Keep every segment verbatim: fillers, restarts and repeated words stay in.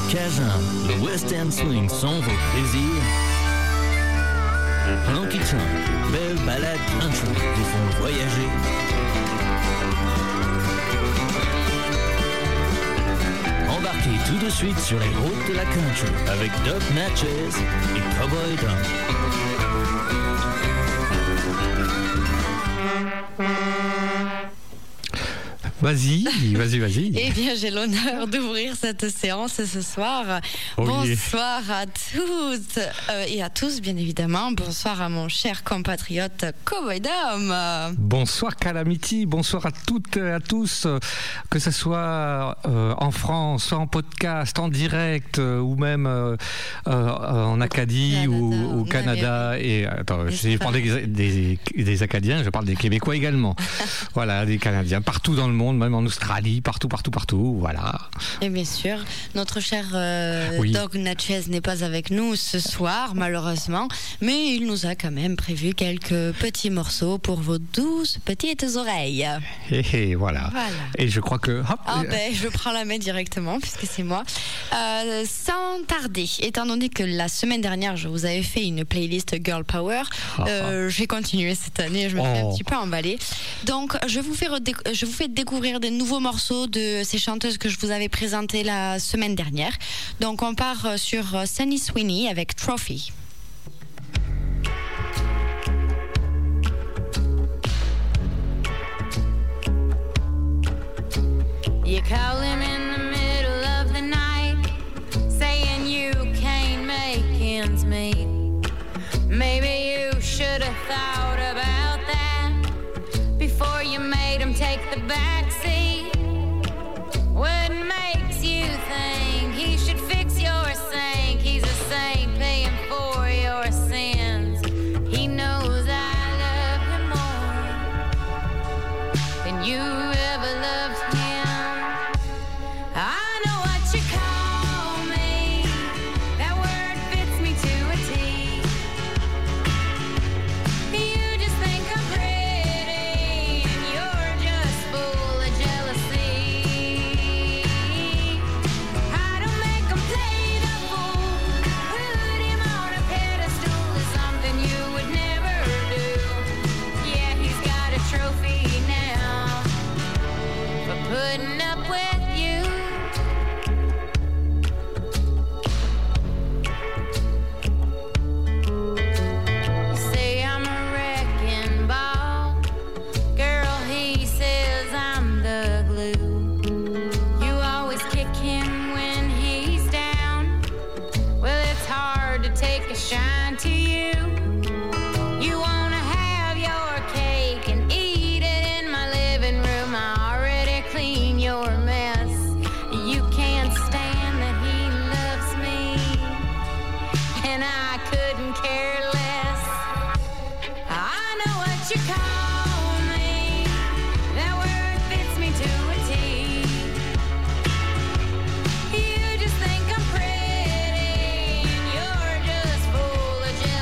Cajun, le western swing sont vos plaisirs. Honky Tonk, belle balade country vous font voyager. Embarquez tout de suite sur les routes de la country avec Doc Natchez et Cowboy Dom. Vas-y, vas-y, vas-y. Eh bien, j'ai l'honneur d'ouvrir cette séance ce soir. Oh Bonsoir yeah. à toutes euh, et à tous, bien évidemment. Bonsoir à mon cher compatriote Cowboy Dom. Bonsoir Calamity, bonsoir à toutes et à tous, que ce soit euh, en France, soit en podcast, en direct, euh, ou même euh, euh, en Acadie Canada, ou au Canada. Et attends, je parle des, des, des Acadiens, je parle des Québécois également. Voilà, des Canadiens, partout dans le monde. Même en Australie, partout, partout, partout, voilà. Et bien sûr, notre cher euh, oui. Doc Natchez n'est pas avec nous ce soir, malheureusement, mais il nous a quand même prévu quelques petits morceaux pour vos douces petites oreilles. Et, et voilà. voilà. Et je crois que... Hop, ah ben, je prends la main directement, puisque c'est moi. Euh, sans tarder, étant donné que la semaine dernière, je vous avais fait une playlist Girl Power, ah, euh, ah. j'ai continué cette année, je me oh. fais un petit peu emballer. Donc, je vous fais, redé- je vous fais découvrir des nouveaux morceaux de ces chanteuses que je vous avais présentées la semaine dernière. Donc on part sur Sunny Sweeney avec Trophy. You call him in the middle of the night, saying you can't make ends meet. Maybe you should have thought about that before you made him take the back seat. What makes you think he should fix your sink? He's a saint paying for your sins. He knows I love him more than you ever loved him. I know what you call me. That word fits me to a T. You just think I'm pretty and you're just full of jealousy. I don't make him play the fool. Put him on a pedestal is something you would never do. Yeah, he's got a trophy now for putting up with you. You say I'm a wrecking ball. Girl, he says I'm the glue. You always kick him when he's down. Well, it's hard to take a shine to you. You wanna have your cake and eat it in my living room. I already clean your mess. You can't stand that he loves me, and I couldn't care less. I know what you call me. That word fits me to a T. You just think I'm pretty and you're just full of jealousy.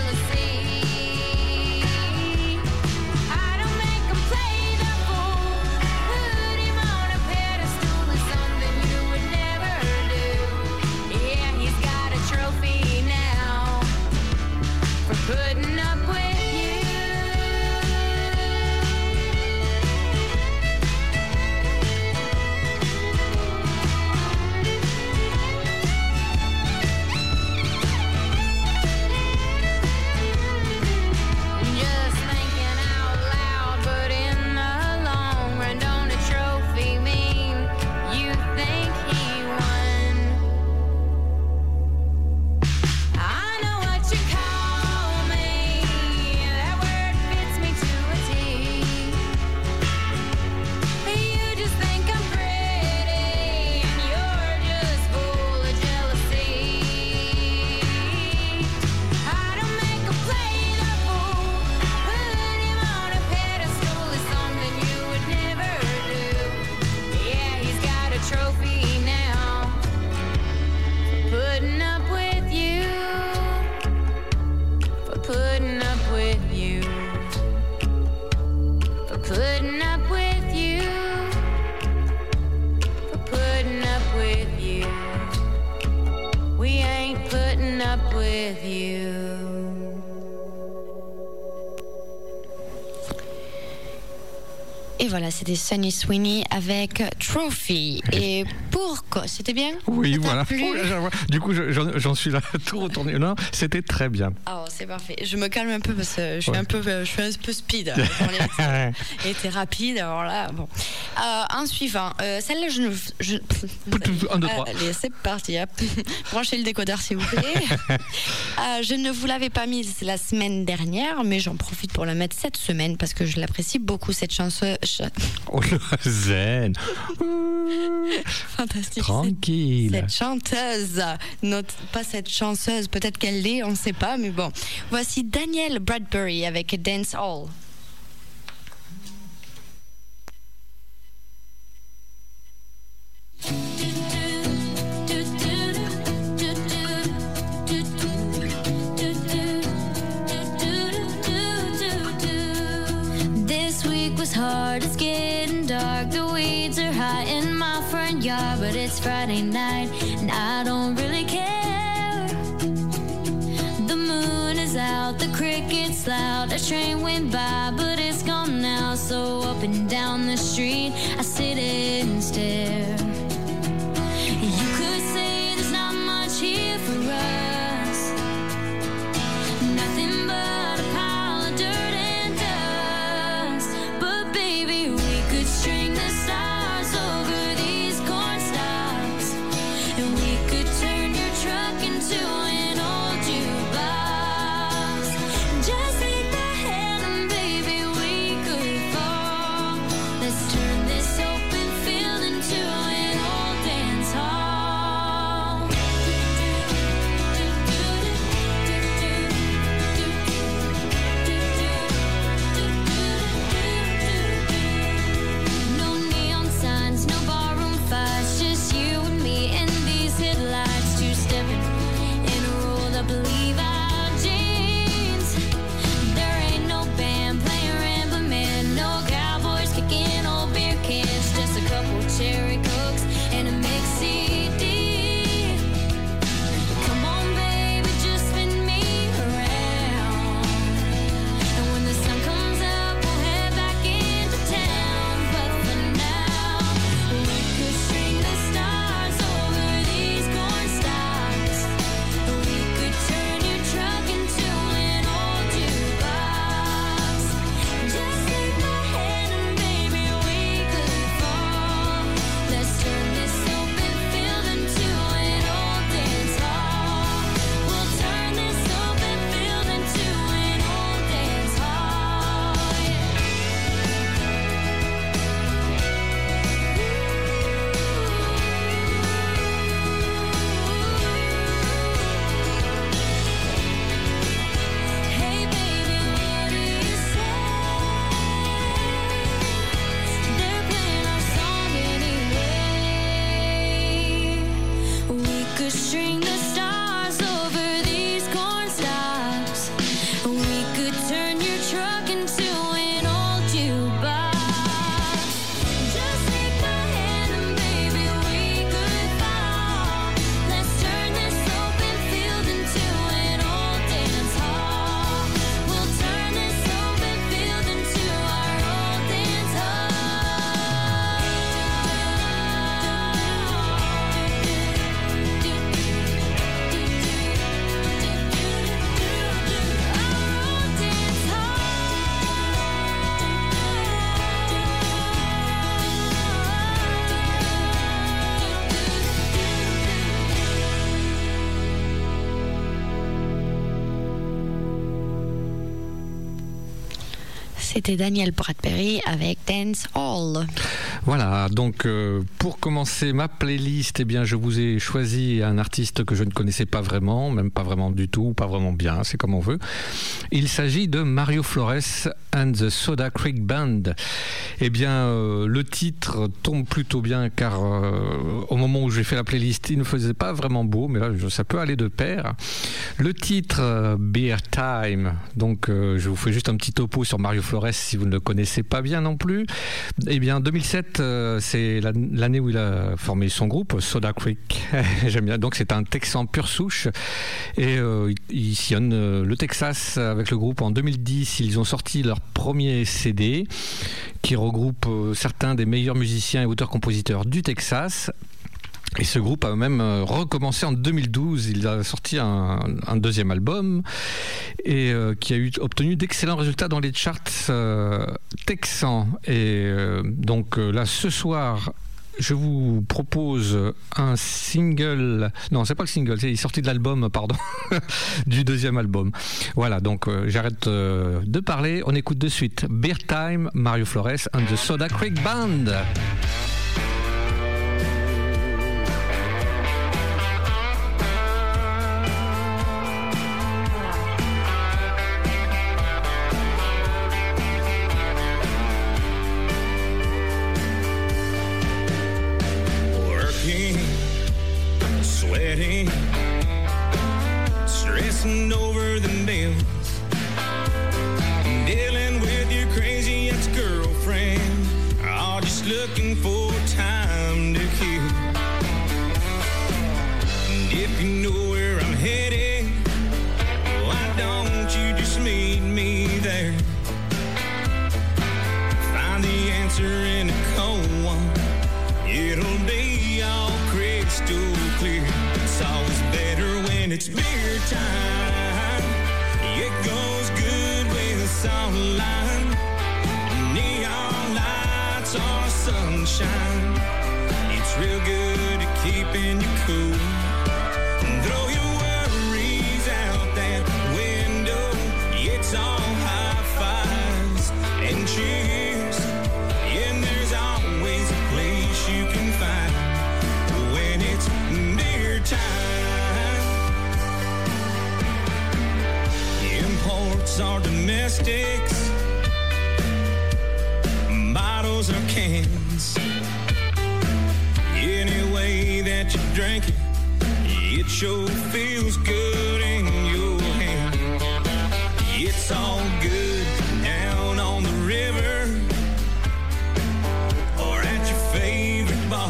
keeping up with you. Et voilà, c'était Sunny Sweeney avec Trophy. Et pour quoi? C'était bien? Oui, ça voilà. plu? Du coup, j'en, j'en suis là tout retourné. Non, c'était très bien. Oh, c'est parfait. Je me calme un peu parce que je suis Ouais. un peu, je suis un peu speed. Elle était rapide. Alors là, bon. Euh, un suivant. Euh, celle-là, je ne. Je... Un, deux, trois. Allez, c'est parti. Hop. Branchez le décodeur, s'il vous plaît. euh, je ne vous l'avais pas mise la semaine dernière, mais j'en profite pour la mettre cette semaine parce que je l'apprécie beaucoup cette chanson. Oh, le zen. Fantastique. Tranquille. Cette chanteuse, not, pas cette chanceuse, peut-être qu'elle l'est, on ne sait pas, mais bon. Voici Danielle Bradbury avec Dance Hall. This week was hard, it's getting dark. The weeds are high in my front yard, but it's Friday night and I don't really care. The moon is out, the cricket's loud. A train went by, but it's gone now. So up and down the street, I sit and stare. You could say there's not much here for us, nothing but a pile of dirt and dust. But baby, we could string the stars over these corn stalks, and we could turn your truck into an old jukebox. Just take my hand and baby, we could fall. Let's turn this open field into an old dance hall. No neon signs, no barroom fights, just you and me and these headlights. Two-stepping in a rolled-up Levi jeans. There ain't no band playing Ramblin' Man, no cowboys kicking old beer cans, just a couple cherry cokes and a mix C D. Come on, baby, just spin me around. And when the sun comes up, we'll head back into town. But for now, we could string the stars over these corn stalks. We could turn your truck into an old jukebox. Just take my hand and baby, we could fall. Let's turn this open field into an old dance hall. We'll turn this open field into an old dance hall. Hey baby, what do you say? They're playing our song anyway. We could string the stars over these corn stalks. We could turn your truck into an old jukebox. Just take my hand and baby, we could fall. Let's turn this open field into an old dance hall. We'll turn this open field into our old dance C'était Danielle Bradbury avec Dance Hall. Voilà, donc euh, pour commencer ma playlist, eh bien, je vous ai choisi un artiste que je ne connaissais pas vraiment, même pas vraiment du tout, pas vraiment bien, c'est comme on veut. Il s'agit de Mario Flores and the Soda Creek Band. Eh bien, euh, le titre tombe plutôt bien car euh, au moment où j'ai fait la playlist, il ne faisait pas vraiment beau, mais là, ça peut aller de pair. Le titre, euh, Beer Time, donc euh, je vous fais juste un petit topo sur Mario Flores si vous ne le connaissez pas bien non plus. Eh bien, deux mille sept, soixante-sept, euh, c'est l'année où il a formé son groupe, Soda Creek. J'aime bien. Donc c'est un Texan pure souche. Et euh, il sillonne euh, le Texas avec le groupe en deux mille dix. Ils ont sorti leur premier C D qui regroupe euh, certains des meilleurs musiciens et auteurs-compositeurs du Texas. Et ce groupe a même recommencé en deux mille douze. Il a sorti un, un deuxième album et euh, qui a eu, obtenu d'excellents résultats dans les charts euh, texans. Et euh, donc euh, là, ce soir, je vous propose un single. Non, c'est pas le single, c'est sorti de l'album, pardon, du deuxième album. Voilà, donc euh, j'arrête euh, de parler. On écoute de suite Beer Time, Mario Flores and the Soda Creek Band. Sweating, stressing over the bills, dealing with your crazy ex-girlfriend, all just looking for time to kill. And if you know where I'm headed, why don't you just meet me there? Find the answer in a cold one, it'll be all crystal clear. It's always better when it's beer time. It goes good with a song line, neon lights or sunshine. It's real good at keeping you cool. Throw your worries out that window. It's all high fives and cheers. And there's always a place you can find when it's beer time. Imports are domestics, bottles or cans. Any way that you drink it, it sure feels good in your hand. It's all good down on the river or at your favorite bar,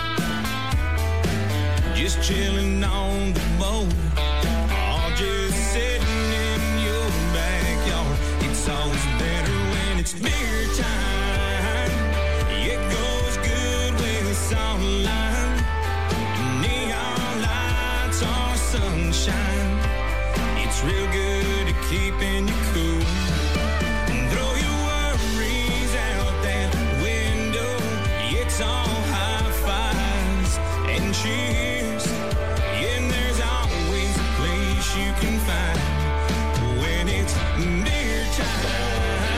just chilling on the boat, or just sitting in your backyard. It's always better when it's beer time. It goes good with a song line, neon lights or sunshine. It's real good at keeping you cool. Throw your worries out that window. It's all high fives and cheers. And there's always a place you can find when it's beer time.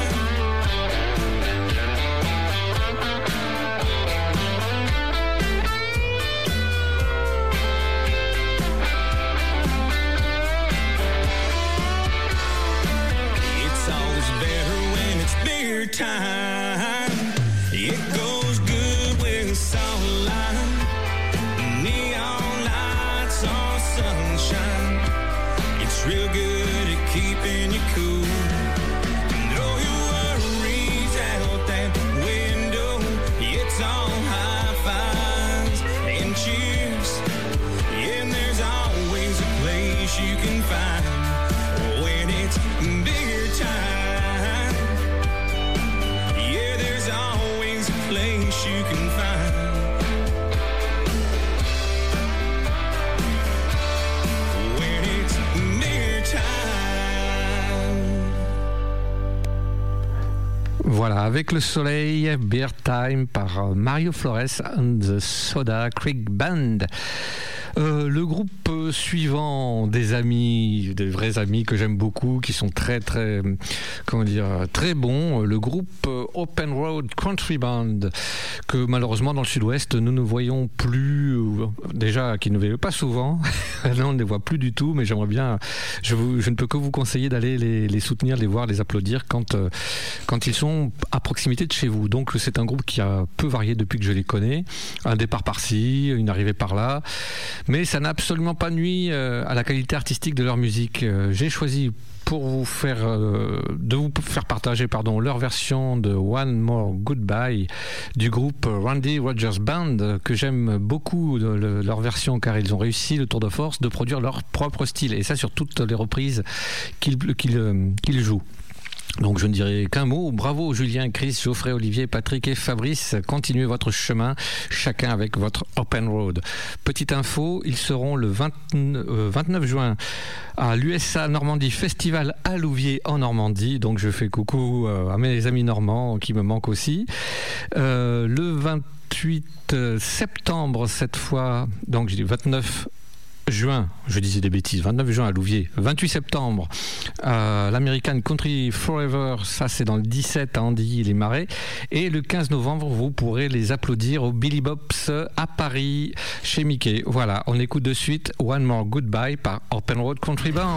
It's always better when it's beer time. It goes good with a song line, neon lights or sunshine. It's real good at keeping you cool. Throw your worries out that window. It's all high fives and cheers. And there's always a place you can find when it's beer time. Yeah, there's always a place you can find when it's beer time. Voilà, avec le soleil, Beer Time par Mario Flores and the Soda Creek Band. Euh, le groupe suivant, des amis, des vrais amis que j'aime beaucoup, qui sont très très, comment dire, très bons, le groupe Open Road Country Band, que malheureusement dans le sud-ouest nous ne voyons plus, déjà qui ne veulent pas souvent, là on ne les voit plus du tout, mais j'aimerais bien, je, vous, je ne peux que vous conseiller d'aller les, les soutenir, les voir, les applaudir quand, quand ils sont à proximité de chez vous. Donc c'est un groupe qui a peu varié depuis que je les connais, un départ par-ci, une arrivée par-là. mais ça n'a absolument pas nui euh, à la qualité artistique de leur musique. Euh, j'ai choisi pour vous faire, euh, de vous faire partager pardon, leur version de One More Goodbye du groupe Randy Rogers Band, que j'aime beaucoup de, de, leur version, car ils ont réussi le tour de force de produire leur propre style, et ça sur toutes les reprises qu'ils, qu'ils, qu'ils jouent. Donc je ne dirai qu'un mot. Bravo Julien, Chris, Geoffrey, Olivier, Patrick et Fabrice. Continuez votre chemin, chacun avec votre Open Road. Petite info, ils seront le vingt, euh, vingt-neuf juin à l'U S A Normandie Festival à Louviers en Normandie. Donc je fais coucou à mes amis normands qui me manquent aussi. Euh, le vingt-huit septembre cette fois, donc j'ai dit vingt-neuf juin, je disais des bêtises, vingt-neuf juin à Louviers, vingt-huit septembre euh, l'American Country Forever, ça c'est dans le dix-sept à Andilly-les-Marais, et le quinze novembre vous pourrez les applaudir au Billy Bob's à Paris chez Mickey. Voilà, on écoute de suite One More Goodbye par Open Road Country Band.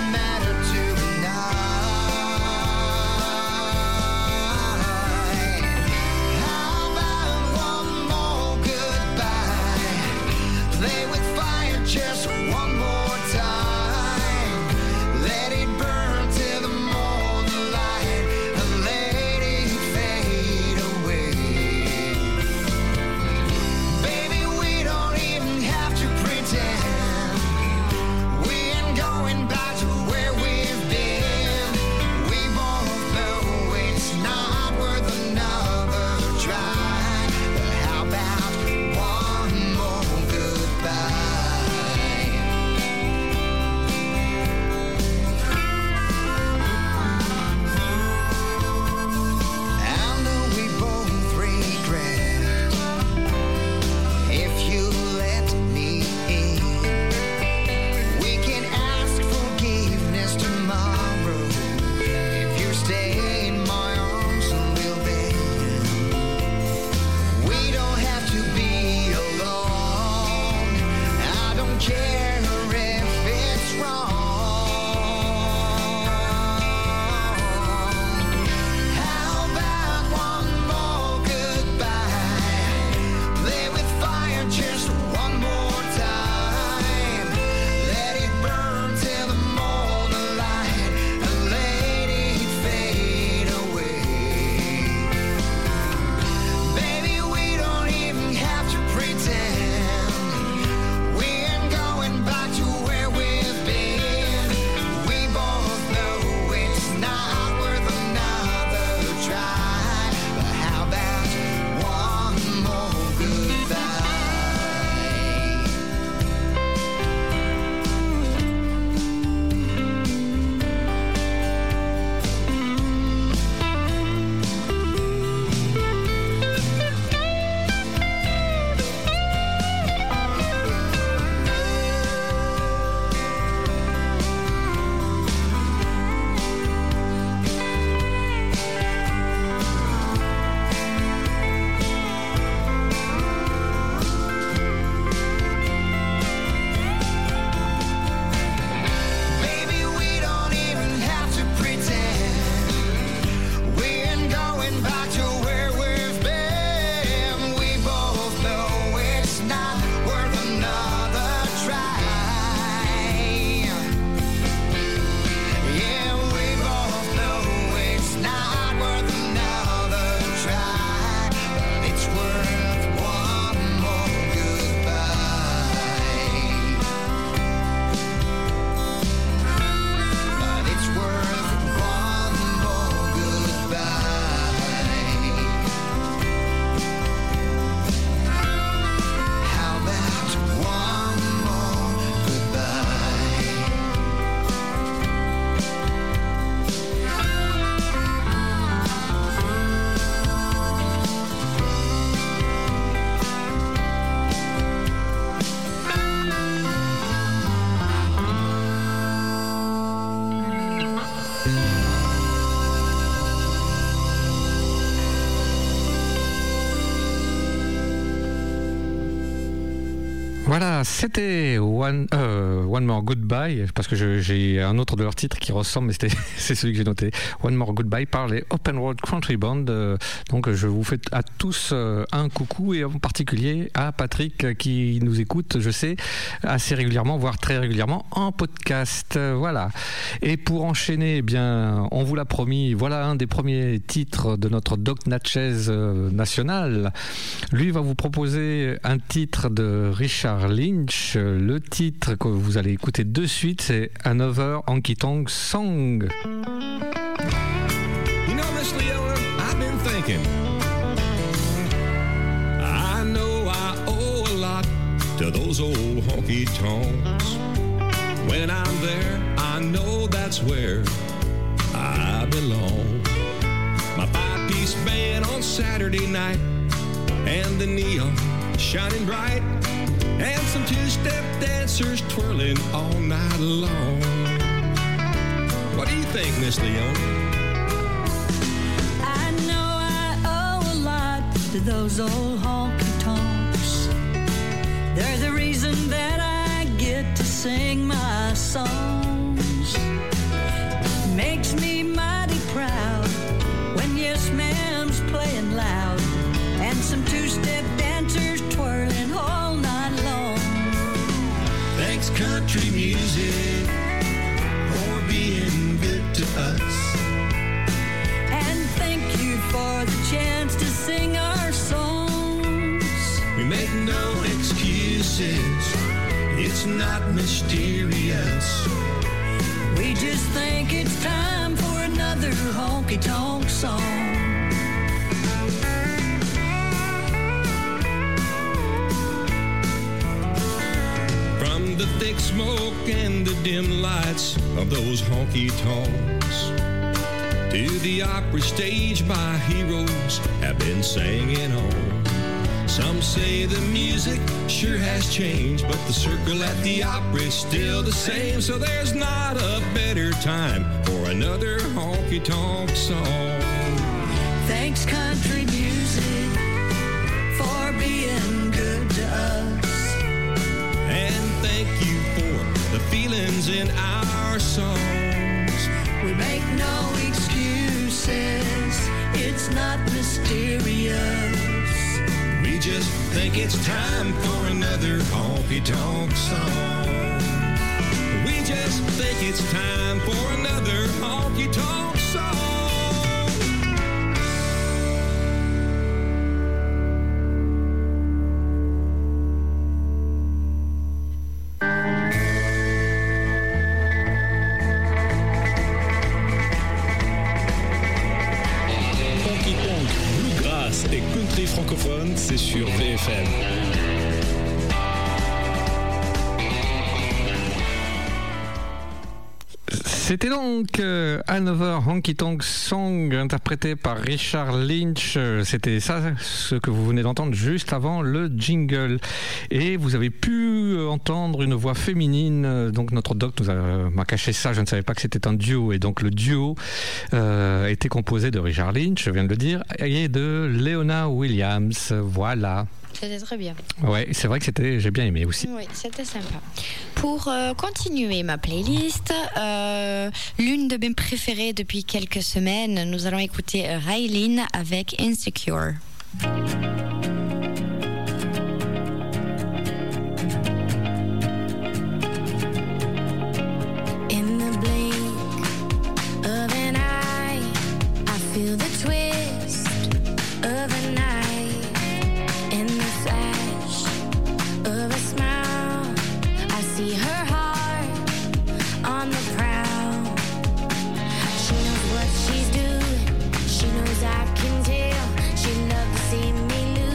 Tonight Voilà, c'était One, euh, One More Goodbye, parce que je, j'ai un autre de leurs titres qui ressemble, mais c'était, c'est celui que j'ai noté. One More Goodbye par les Open Road Country Band. Euh, donc je vous fais à tous euh, un coucou, et en particulier à Patrick qui nous écoute, je sais, assez régulièrement, voire très régulièrement en podcast. Euh, voilà. Et pour enchaîner, eh bien, on vous l'a promis, voilà un des premiers titres de notre Doc Natchez euh, national. Lui va vous proposer un titre de Richard Lynch. Le titre que vous allez écouter de suite, c'est Another Honky Tonk Song. You know, Miss Leona, I've been thinking. I know I owe a lot to those old honky tonks. When I'm there, I know that's where I belong. My five-piece band on Saturday night, and the neon shining bright, and some two-step dancers twirling all night long. What do you think, Miss Leona? I know I owe a lot to those old honky tonks. They're the reason that I get to sing my songs. Makes me mighty proud when Yes Ma'am's playing loud, and some two-step dancers twirling all night long. Thanks, country music, for being good to us. And thank you for the chance to sing our songs. We make no excuses, it's not mysterious. We just think it's time for another honky-tonk song. From the thick smoke and the dim lights of those honky tonks, to the opera stage my heroes have been singing on. Some say the music sure has changed, but the circle at the opera is still the same. So there's not a better time for another honky tonk song. Thanks, country music, for being good to us. And thank you for the feelings in our songs. We make no excuses, it's not mysterious. We just think it's time for another honky-tonk song. We just think it's time for another honky-tonk song. Honky-tonk, bluegrass et country francophone, c'est sur V F M. C'était donc euh, Another Honky Tonk Song interprété par Richard Lynch. C'était ça, ce que vous venez d'entendre juste avant le jingle. Et vous avez pu entendre une voix féminine. Donc notre doc nous a, m'a caché ça, je ne savais pas que c'était un duo. Et donc le duo euh, était composé de Richard Lynch, je viens de le dire, et de Leona Williams. Voilà. C'était très bien. Ouais, c'est vrai que c'était, j'ai bien aimé aussi. Oui, c'était sympa. Pour euh, continuer ma playlist, euh, l'une de mes préférées depuis quelques semaines, nous allons écouter Raylene avec Insecure. In the blink of an eye, I feel the twist of a knife. In the flash of a smile, I see her heart on the prowl. She knows what she's doing, she knows I can tell. She loves to see me lose.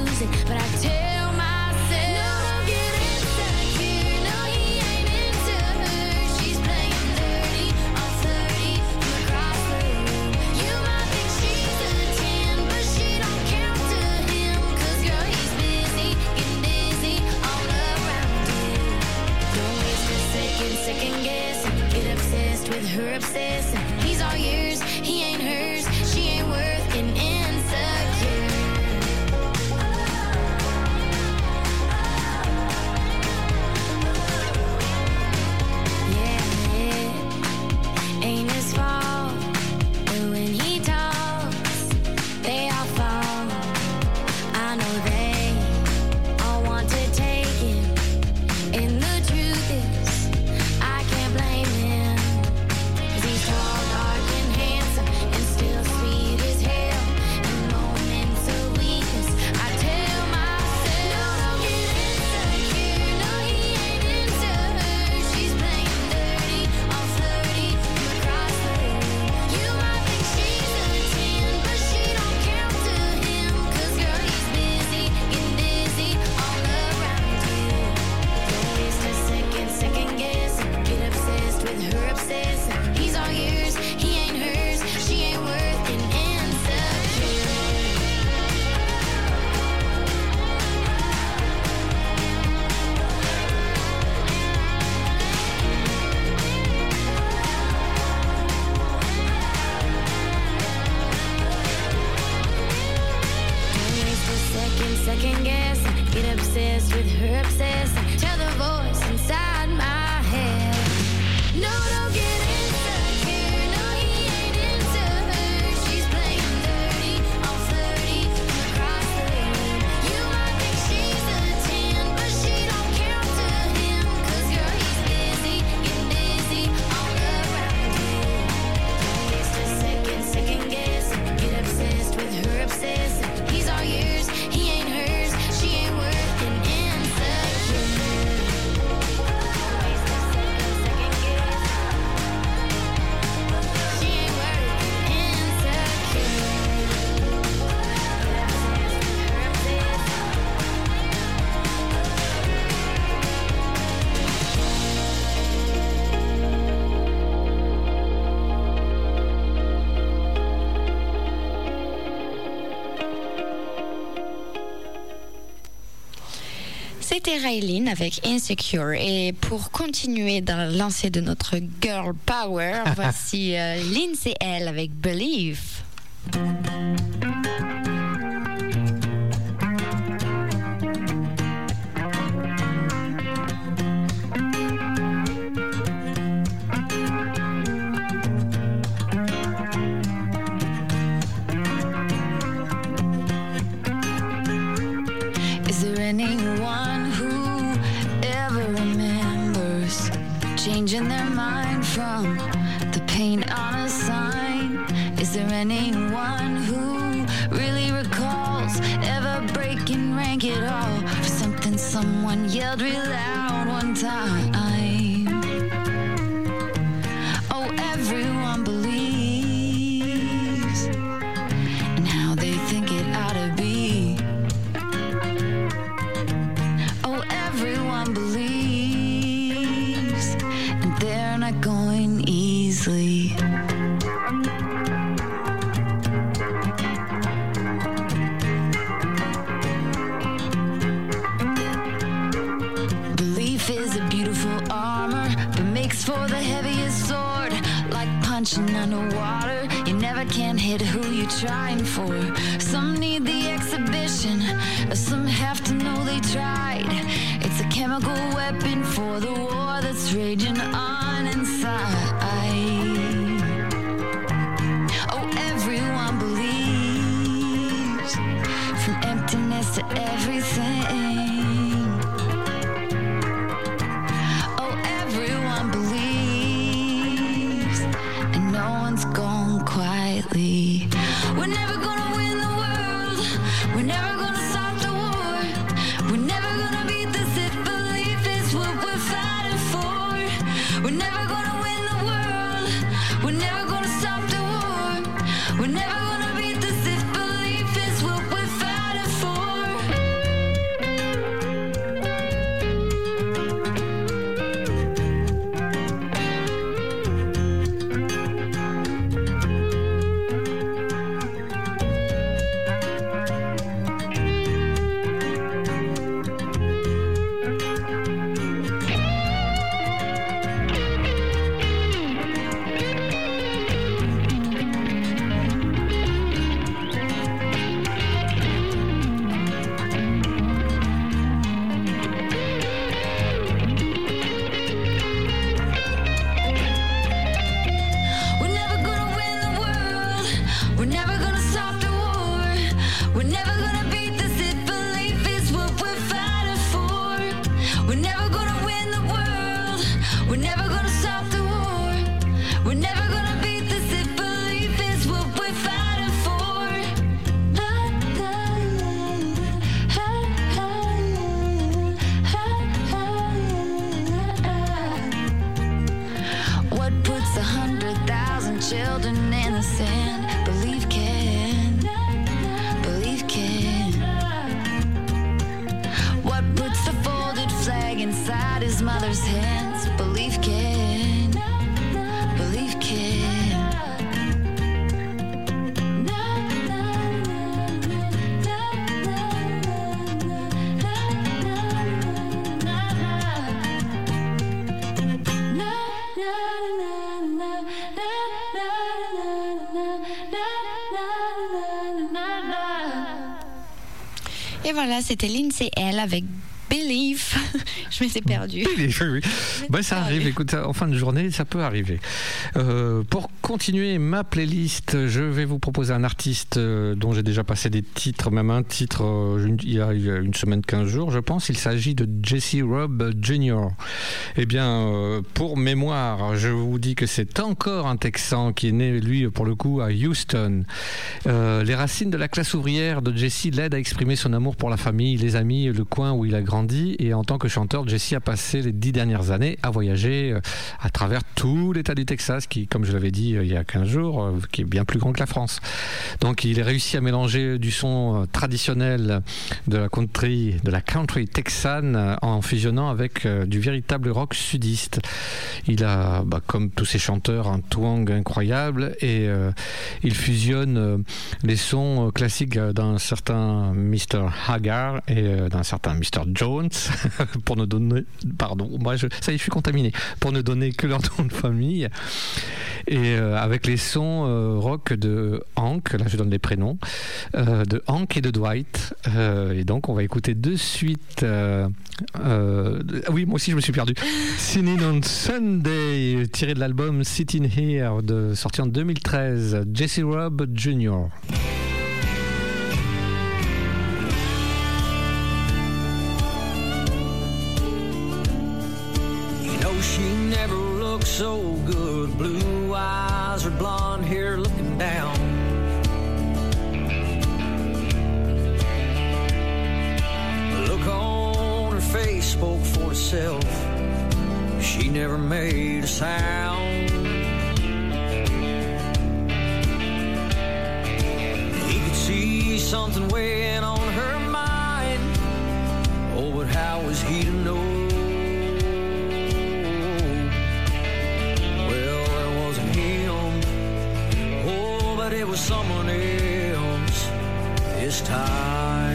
C'était Raylene avec Insecure. Et pour continuer dans la lancée de notre Girl Power, voici euh, Lindsay L avec Believe. Is there anyone who ever remembers changing their mind from the paint on a sign? Is there anyone who really recalls ever breaking rank at all for something someone yelled real loud one time? Oh, everyone believes in how they think it ought to be. Oh, everyone believes, and they're not going easily. Belief is a beautiful armor, but makes for the heaviest sword. Like punching underwater, you never can hit who you're trying for. Some need the exhibition, some have to know they tried. It's a chemical weapon for the war that's raging on inside. Oh, everyone believes, from emptiness to everything. Oh, everyone believes, and no one's gone quietly. We're never gonna win the world, we're never gonna stop the war, we're never gonna beat this if belief is what we're fighting for. We're never gonna win the world, we're never gonna stop the war, we're never gonna beat this if belief is what we're fighting for. We're never gonna win the world, we're never gonna stop the war, we're never gonna beat this if belief is what we're fighting for. We're never gonna win the world, we're never gonna stop the war, we're never gonna beat this if belief is what we're fighting for. What puts a hundred thousand children in the sand? Believe can, believe can. What puts the folded flag inside his mother's hands? Believe can, believe can. Et voilà, c'était Lindsay L avec Believe. Je m'étais perdue. Oui, oui. Ben, ça arrive, écoute, en fin de journée, ça peut arriver. Euh, pour continuer ma playlist, je vais vous proposer un artiste dont j'ai déjà passé des titres, même un titre euh, il y a une semaine, quinze jours, je pense. Il s'agit de Jesse Robb Junior Eh bien, euh, pour mémoire, je vous dis que c'est encore un Texan qui est né, lui, pour le coup, à Houston. Euh, les racines de la classe ouvrière de Jesse l'aident à exprimer son amour pour la famille, les amis, le coin où il a grandi. Et en tant que chanteur, Jesse a passé les dix dernières années à voyager à travers tout l'État du Texas, qui, comme je l'avais dit il y a quinze jours, qui est bien plus grand que la France. Donc il a réussi à mélanger du son traditionnel de la country, de la country texane en fusionnant avec du véritable rock sudiste. Il a, bah, comme tous ces chanteurs, un twang incroyable et euh, il fusionne euh, les sons classiques d'un certain mister Haggard et euh, d'un certain mister Jones Stones, pour ne donner, pardon, moi je, ça y est, je suis contaminé, pour ne donner que leur nom de famille, et euh, avec les sons euh, rock de Hank, là je donne les prénoms, euh, de Hank et de Dwight, euh, et donc on va écouter de suite, euh, euh, oui moi aussi je me suis perdu, Singing on Sunday, tiré de l'album Sitting Here, de, sorti en deux mille treize, Jesse Robb junior She never looked so good. Blue eyes, her blonde hair looking down. The look on her face spoke for itself. She never made a sound. He could see something weighing on her mind. Oh, but how was he to know? It was someone else this time.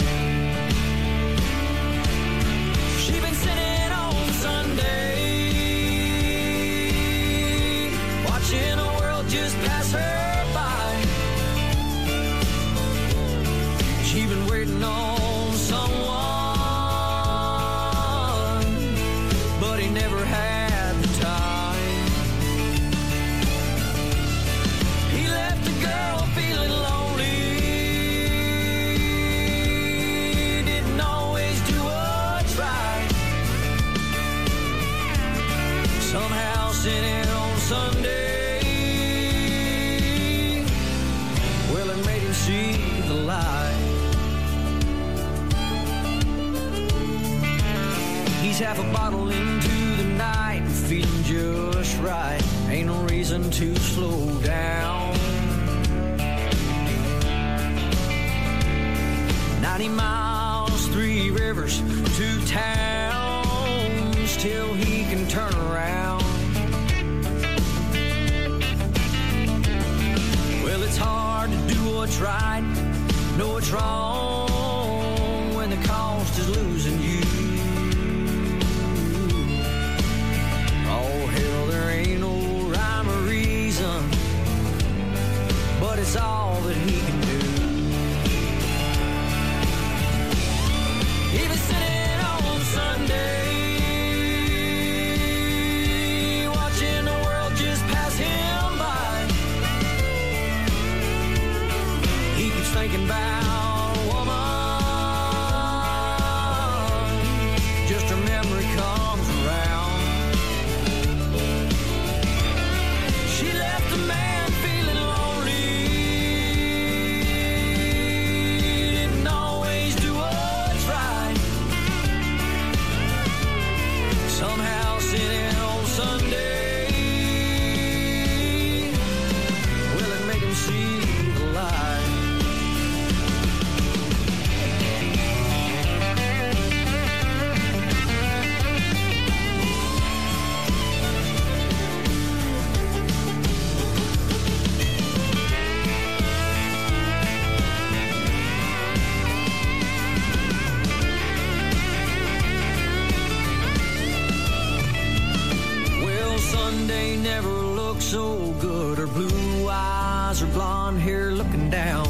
She'd been sitting on Sunday, watching the world just pass her by. She'd been waiting on someone, but he never had the time. Somehow sitting on Sunday, well, it made him see the light. He's half a bottle into the night and feeling just right. Ain't no reason to slow down. Ninety miles, three rivers, two towns, till he can turn around. Well, it's hard to do what's right, know what's wrong, when the cost is losing you. Oh, hell, there ain't no rhyme or reason, but it's all that he can do. He was sitting on Sunday, thinking about a woman, just her memory comes around. She left the man feeling lonely, didn't always do what's right. Somehow sitting on Sunday, well, it made him see the light. Never looked so good. Her blue eyes, her blonde hair looking down.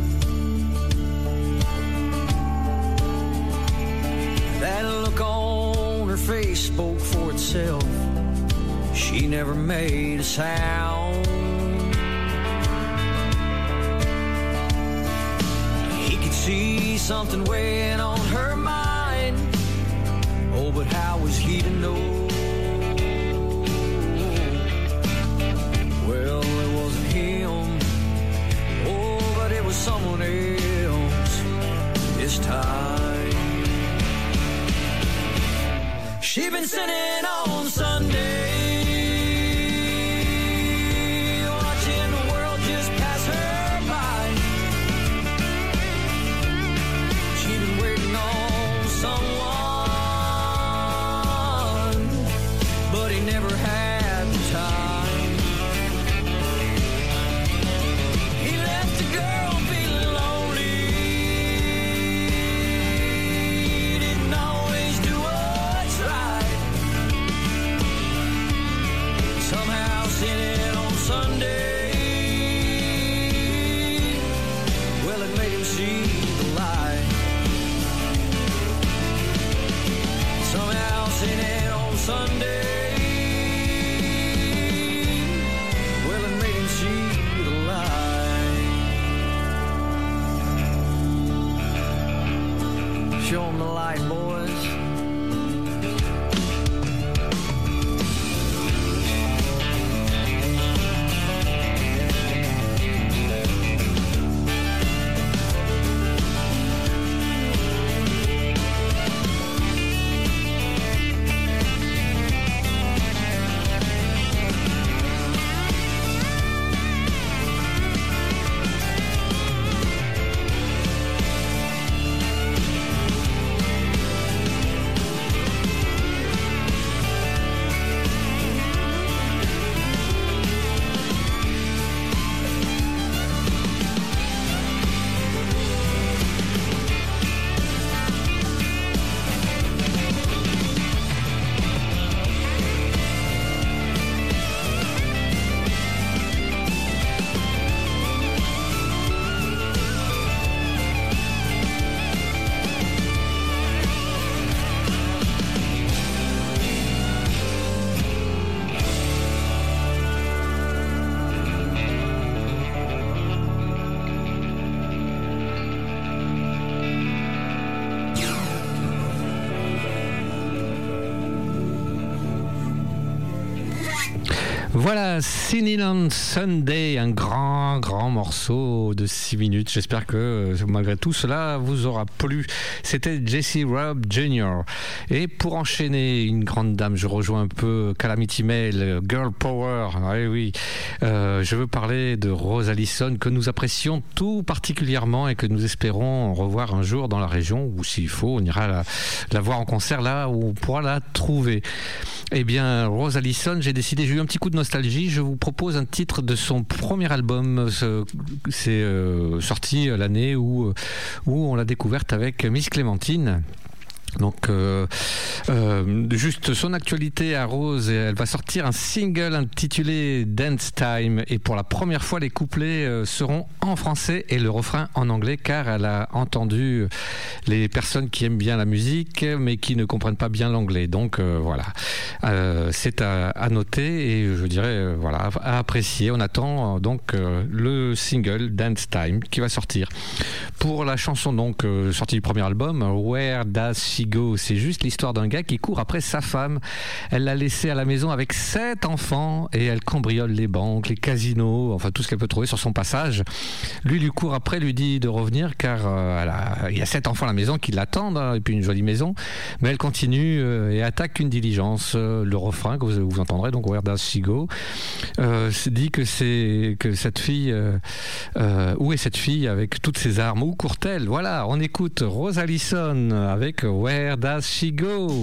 That look on her face spoke for itself. She never made a sound. He could see something weighing on her mind. Oh, but how was he to know? Well, it wasn't him. Oh, but it was someone else this time. She'd been sitting on Sunday, watching the world just pass her by. She'd been waiting on someone, but he never had the time. Feeling lonely, didn't always see the light. Somehow seen it on Sunday. Well, it made him see the light. Show him the light, boys. Voilà, Singing on Sunday, un grand, grand morceau de six minutes. J'espère que malgré tout cela vous aura plu. C'était Jesse Robb junior Et pour enchaîner, une grande dame, je rejoins un peu Calamity Mail, Girl Power. Oui, oui. Euh, je veux parler de Rose Allison, que nous apprécions tout particulièrement et que nous espérons revoir un jour dans la région, ou s'il faut, on ira la, la voir en concert là où on pourra la trouver. Eh bien, Rose Allison, j'ai décidé, j'ai eu un petit coup de nostalgie, je vous propose un titre de son premier album, c'est euh, sorti l'année où, où on l'a découverte avec Miss Clémentine. Donc euh, euh, juste son actualité à Rose, elle va sortir un single intitulé Dance Time, et pour la première fois les couplets euh, seront en français et le refrain en anglais, car elle a entendu les personnes qui aiment bien la musique mais qui ne comprennent pas bien l'anglais. Donc euh, voilà, euh, c'est à, à noter et je dirais euh, voilà, à apprécier. On attend euh, donc euh, le single Dance Time qui va sortir. Pour la chanson donc euh, sortie du premier album, Where Does She Go, c'est juste l'histoire d'un gars qui court après sa femme. Elle l'a laissée à la maison avec sept enfants et elle cambriole les banques, les casinos, enfin tout ce qu'elle peut trouver sur son passage. Lui lui court après, lui dit de revenir car euh, elle a, il y a sept enfants à la maison qui l'attendent, hein, et puis une jolie maison. Mais elle continue euh, et attaque une diligence. Euh, le refrain que vous, vous entendrez, donc Where Does She Go, euh, dit que c'est que cette fille, euh, euh, où est cette fille avec toutes ses armes? Où court-elle? Voilà, on écoute Rose Allison avec Where Does She Go?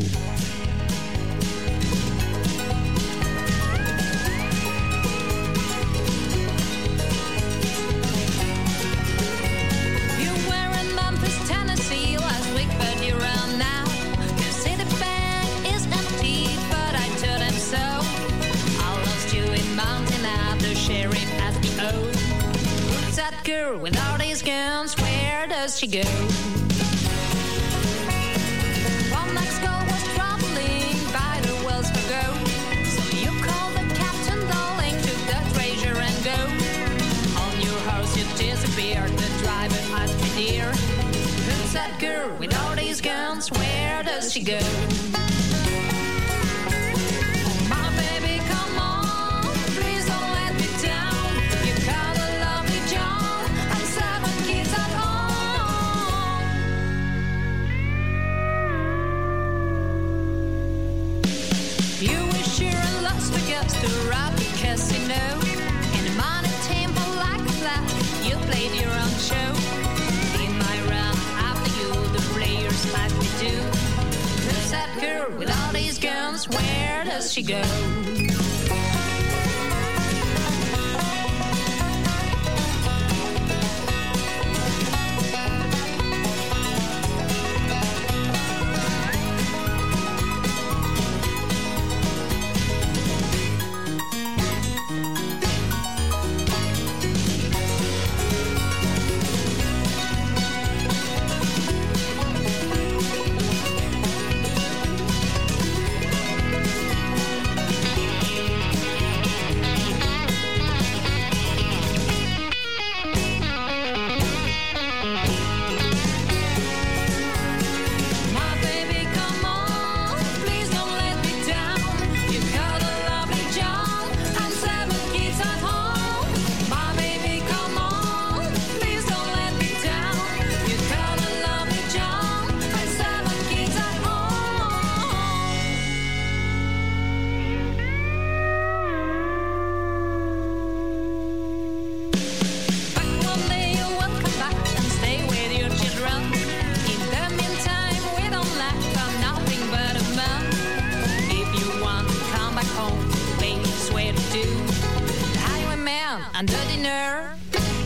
Girl with all these guns, where does she go? One night's girl was traveling by the Wells Fargo. So you call the captain, darling, took the treasure and go. On your horse you disappeared, the driver asked me, dear, who's that girl with all these guns, where does she go? To rob a casino in a money temple like a flash. You played your own show. In my round after you, the players like me do. Who's that girl with all these guns? Where does she go?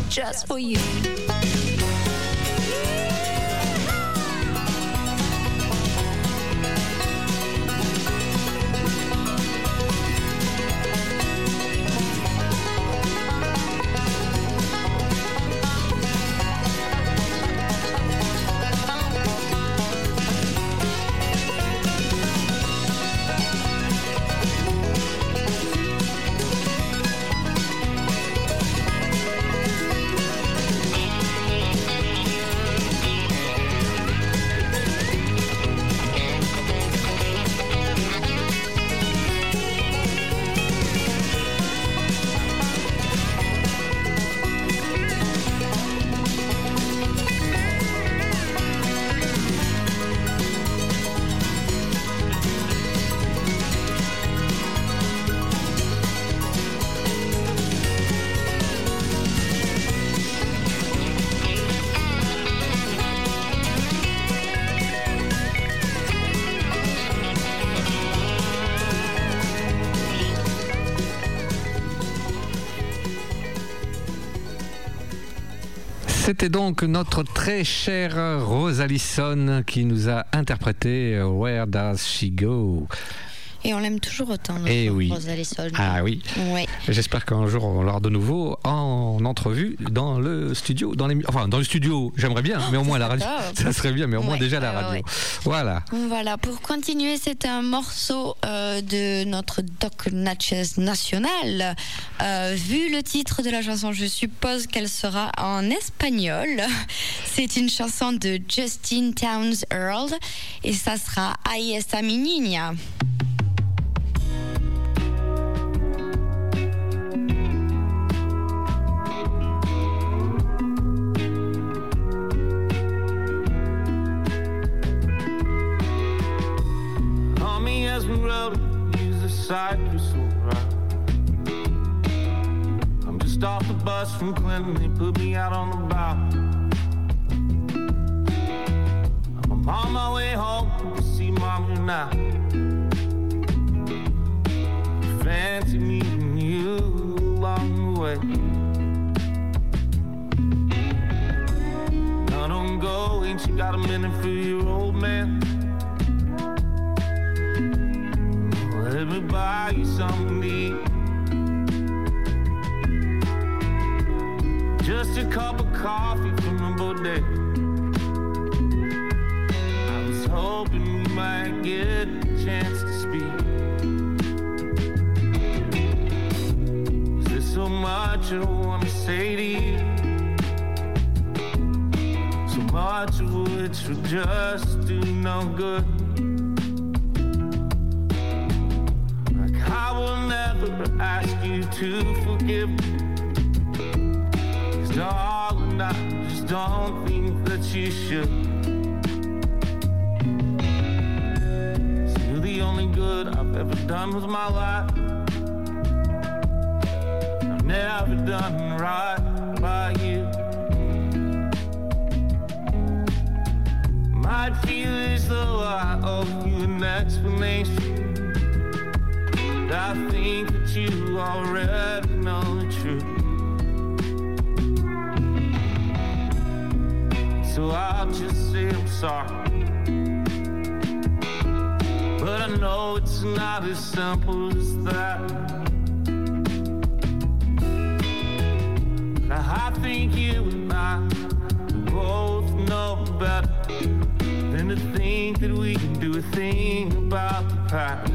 just for you. C'était donc notre très chère Rose Allison qui nous a interprété Where Does She Go? Et on l'aime toujours autant, notre Eh oui. Rose Allison. Ah oui. Ouais. J'espère qu'un jour on l'aura de nouveau en entrevue dans le studio, dans les, enfin dans le studio. J'aimerais bien, mais au moins à la radio, ça serait bien, mais au moins Ouais, déjà à la ouais, radio. ouais. Voilà. Voilà, pour continuer, c'est un morceau euh, de notre Doc Natchez national. Euh, vu le titre de la chanson, je suppose qu'elle sera en espagnol. C'est une chanson de Justin Townes Earl et ça sera Ahí está mi niña. As we rode, use the side whistle right. I'm just off the bus from Clinton, they put me out on the bow. I'm on my way home to see Mama now. Fancy meeting you along the way. Now don't go, ain't you got a minute for your old man? Let me buy you something to eat. Just a cup of coffee from the bodega. I was hoping we might get a chance to speak. Is there so much I want to say to you? So much of which would just do no good. I will never ask you to forgive me. 'Cause darling, I just don't think that you should. 'Cause you're the only good I've ever done with my life. I've never done right by you. Might feel as though I owe you an explanation. I think that you already know the truth. So I'll just say I'm sorry. But I know it's not as simple as that. I think you and I both know better than to think that we can do a thing about the past.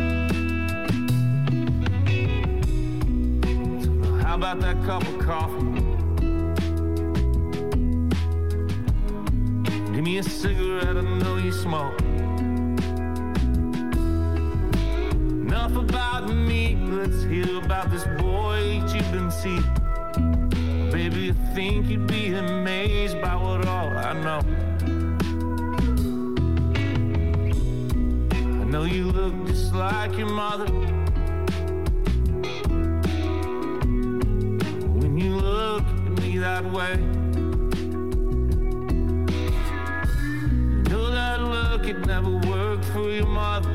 How about that cup of coffee? Give me a cigarette, I know you smoke. Enough about me, let's hear about this boy that you've been seeing. Baby, I think you'd be amazed by what all I know. I know you look just like your mother. That way, you know that look, it never worked for your mother.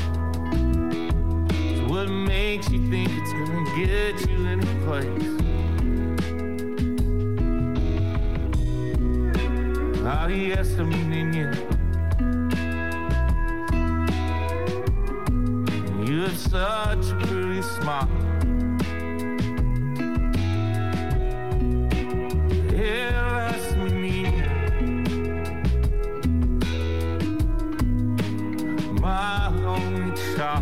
So what makes you think it's gonna get you any place? Ay, esta mi niña. You have such a pretty smile. Eres mi niña, my only child.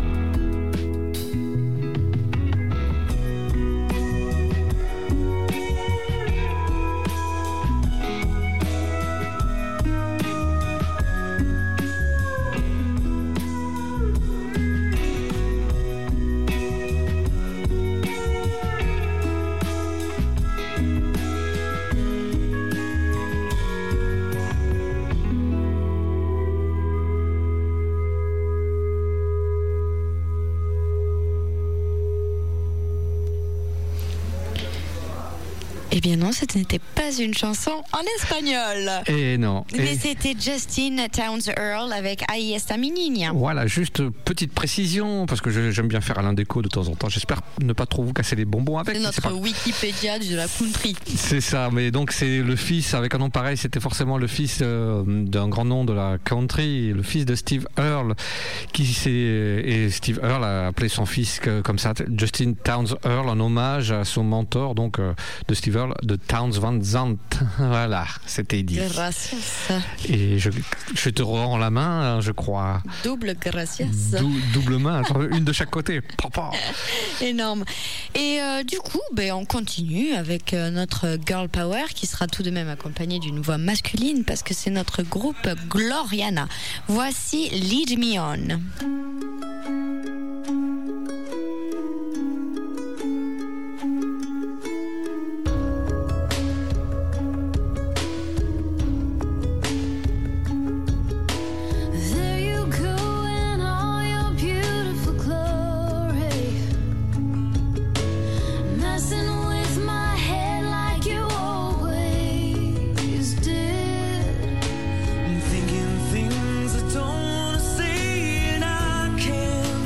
Eh bien non, ce n'était pas une chanson en espagnol. Et non. Mais Et... c'était Justin Townes Earl avec Ahí está mi niña. Voilà, juste petite précision, parce que je, j'aime bien faire Alain Déco de temps en temps. J'espère ne pas trop vous casser les bonbons avec. C'est notre c'est pas... Wikipédia de la country. C'est ça, mais donc c'est le fils, avec un nom pareil, c'était forcément le fils euh, d'un grand nom de la country, le fils de Steve Earle, qui s'est, et Steve Earle a appelé son fils que, comme ça, Justin Townes Earle, en hommage à son mentor, donc euh, de Steve Earle, de Townes Van Zandt. Voilà, c'était dit. Gracias. Et je, je te rends la main, je crois. Double gracias. Dou, double main, une de chaque côté. Papa. Énorme. Et euh, du coup, ben, on continue avec euh, notre Girl Power qui sera tout de même accompagnée d'une voix masculine parce que c'est notre groupe Gloriana. Voici Lead Me On. Thinking things I don't wanna say, and I can't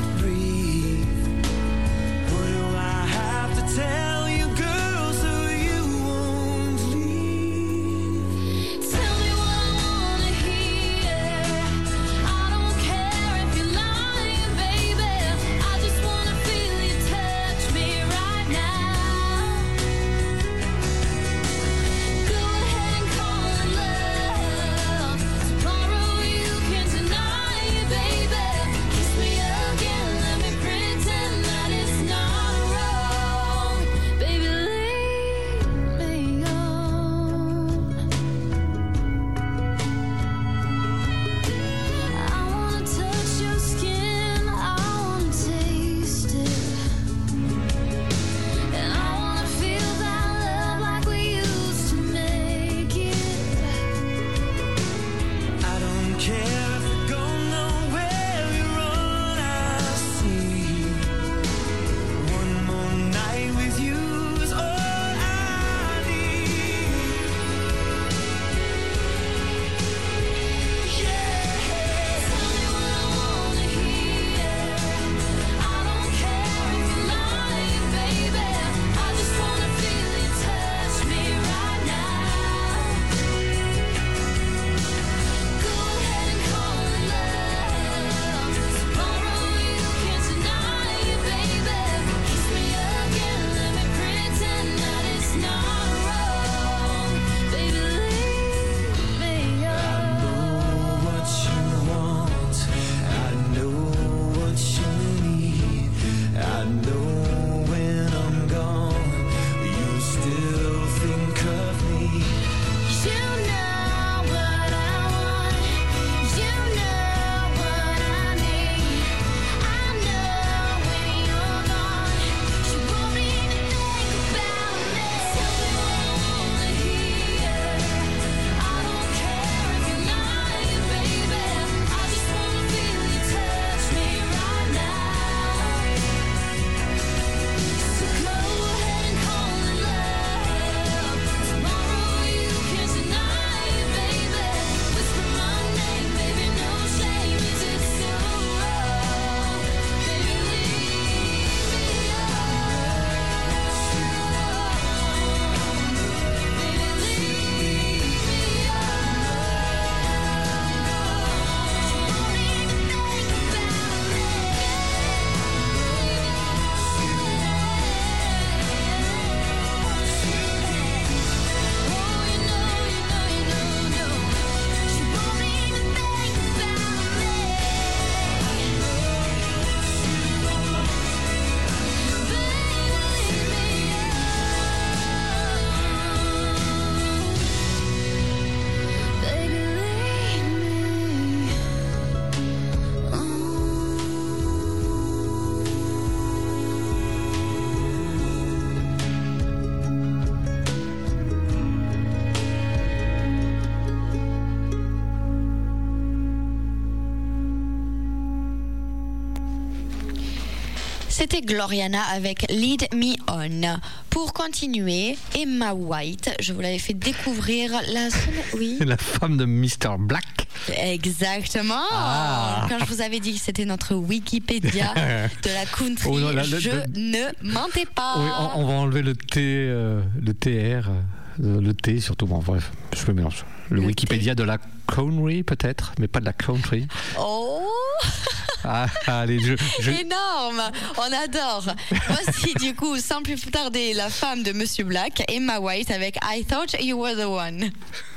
C'était Gloriana avec Lead Me On. Pour continuer, Emma White, je vous l'avais fait découvrir la... Oui. La femme de mister Black. Exactement. Ah. Quand je vous avais dit que c'était notre Wikipédia de la country, Oh non, la- la- je la- ne mentais pas. Oui, on, on va enlever le T, euh, le T R, euh, le T surtout. Bon, bref, je me mélange. Le, Le Wikipédia de la country peut-être, mais pas de la country. Oh, Ah, allez, je, je- énorme. On adore. Voici du coup, sans plus tarder, la femme de Monsieur Black, Emma White avec I Thought You Were the One.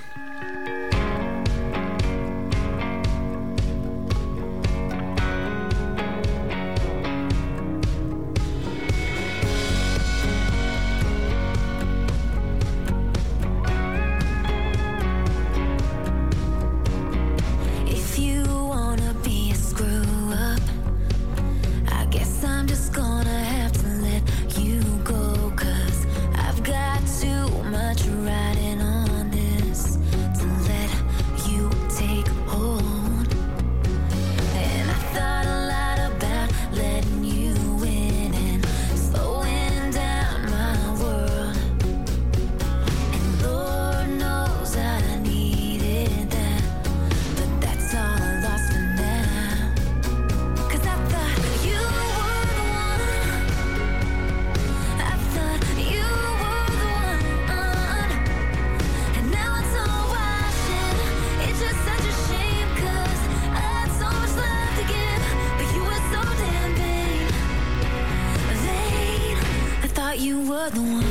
If you wanna be a screw up, I guess I'm just gonna have to let you go. 'Cause I've got too much riding on this to let you take hold. And I thought a lot about letting you in and slowing down my world. And Lord knows I needed that, but that's all lost for now. 'Cause I thought you were the one. I thought you were the one. And now it's all washing. It's just such a shame 'cause I had so much love to give, but you were so damn vain. Vain. I thought you were the one.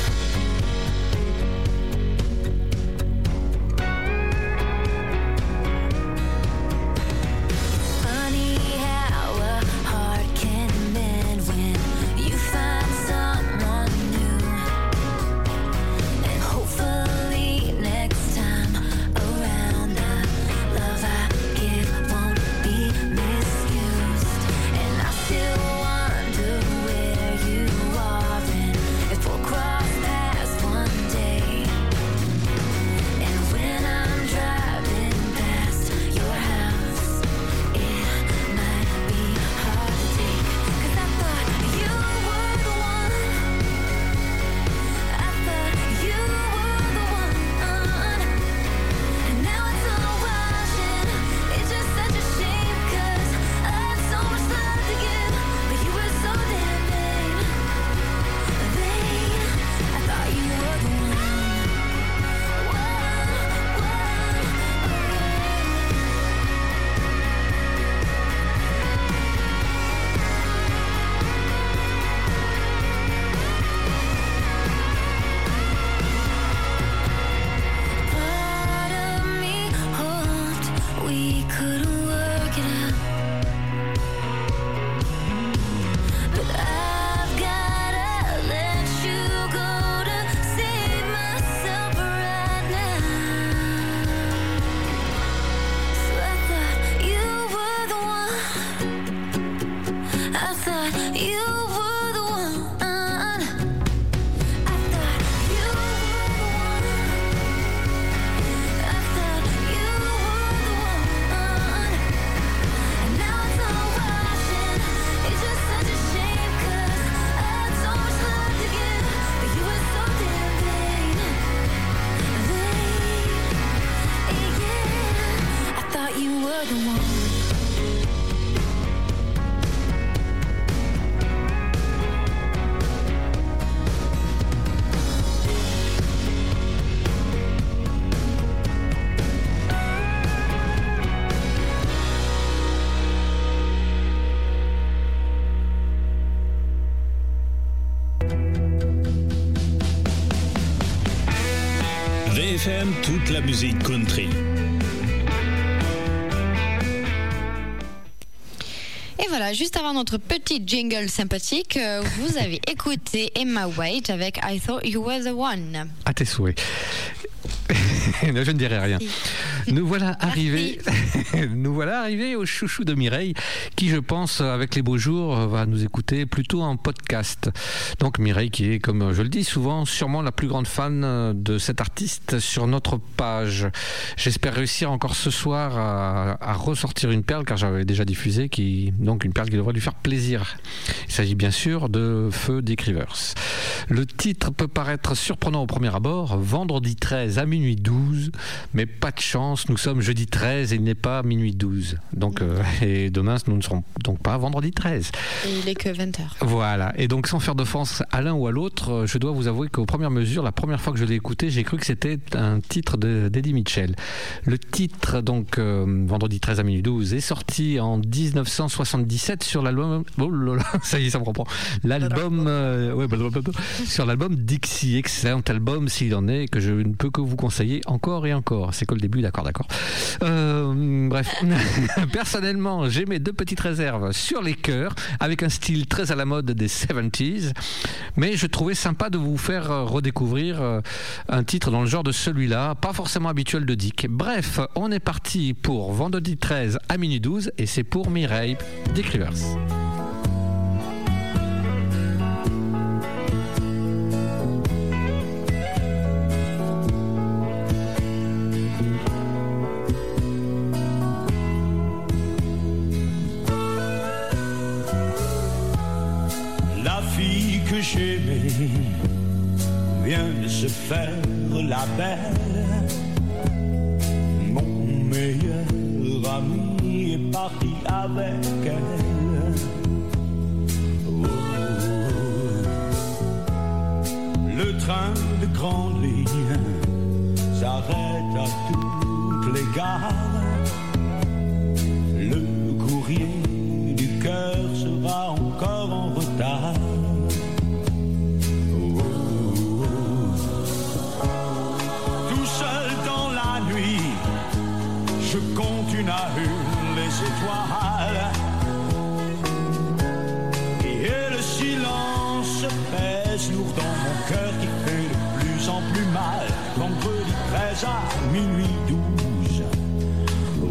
Funny how a heart can mend when you find someone new. And hopefully next time around, the love I give won't be misused. And I still wonder where you are and if we'll cross paths one day. And when I'm driving past your house, it might be hard to take. 'Cause I thought you were the one. I thought you were the one. And now it's all washing. It's just such a shame 'cause I had so much love to give, but you were so damn vain. Vain. I thought you were the one. Part of me hoped we could work it out, but I've gotta let you go to save myself right now. So I thought you were the one. I thought you were the one. I thought you were the one. I thought you were the one. And now it's all washing. It's just such a shame 'cause I had so much love to give, but you were so damn vain. Vain. Yeah. I thought you were the one. V F M, toute la musique country. Et voilà, juste avant notre petit jingle sympathique, euh, vous avez écouté Emma White avec I Thought You Were the One. à tes souhaits. Non, je ne dirai rien. Nous voilà arrivés, nous voilà arrivés au chouchou de Mireille, qui, je pense, avec les beaux jours, va nous écouter plutôt en podcast. Donc Mireille, qui est, comme je le dis souvent, sûrement la plus grande fan de cet artiste sur notre page. J'espère réussir encore ce soir à, à ressortir une perle, car j'avais déjà diffusé, qui donc une perle qui devrait lui faire plaisir. Il s'agit bien sûr de Feu Dick Rivers. Le titre peut paraître surprenant au premier abord, vendredi treize à minuit douze, mais pas de chance, nous sommes jeudi treize et il n'est pas minuit douze. Donc, euh, et demain, nous ne serons donc pas vendredi treize. Et il est que vingt heures. Voilà, et donc sans faire d'offense à l'un ou à l'autre, je dois vous avouer qu'aux premières mesures, la première fois que je l'ai écouté, j'ai cru que c'était un titre de, d'Eddie Mitchell. Le titre, donc, euh, vendredi treize à minuit douze, est sorti en dix-neuf cent soixante-dix-sept sur l'album... Oh là là, ça y est, ça me reprend. L'album... Euh, ouais, blablabla, sur l'album Dixie, excellent album s'il en est, que je ne peux que vous conseiller encore et encore. C'est que le début, d'accord, d'accord. Euh, bref, personnellement, j'ai mes deux petites réserves sur les chœurs, avec un style très à la mode des soixante-dix, mais je trouvais sympa de vous faire redécouvrir un titre dans le genre de celui-là, pas forcément habituel de Dick. Bref, on est parti pour vendredi treize à minuit douze, et c'est pour Mireille, Dick Rivers. Que j'aimais vient de se faire la belle. Mon meilleur ami est parti avec elle. Oh. Le train de grande ligne s'arrête à toutes les gares. Le courrier du cœur sera encore en retard. Je compte une à une les étoiles et le silence pèse lourd dans mon cœur qui fait de plus en plus mal. Vendredi treize à minuit douze. Oh,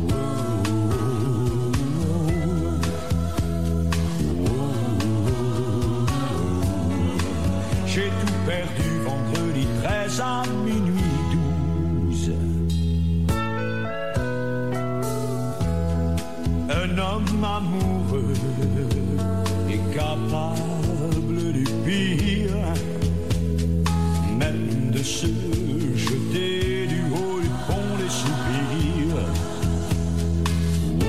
oh, oh, oh. J'ai tout perdu vendredi treize à minuit douze. Un homme amoureux est capable du pire, même de se jeter du haut du pont des soupirs. Oh,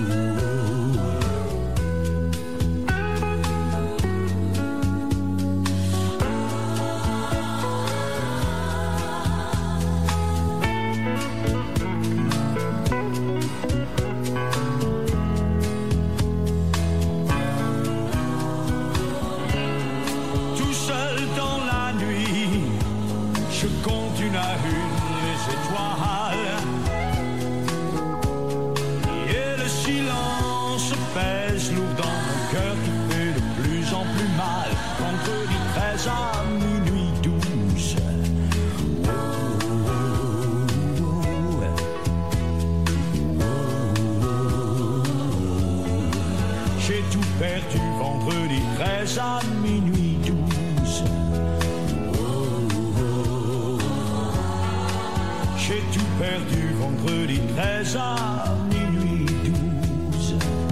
perdu vendredi treize à minuit douze. Oh, oh, oh. J'ai tout perdu vendredi treize à minuit douze.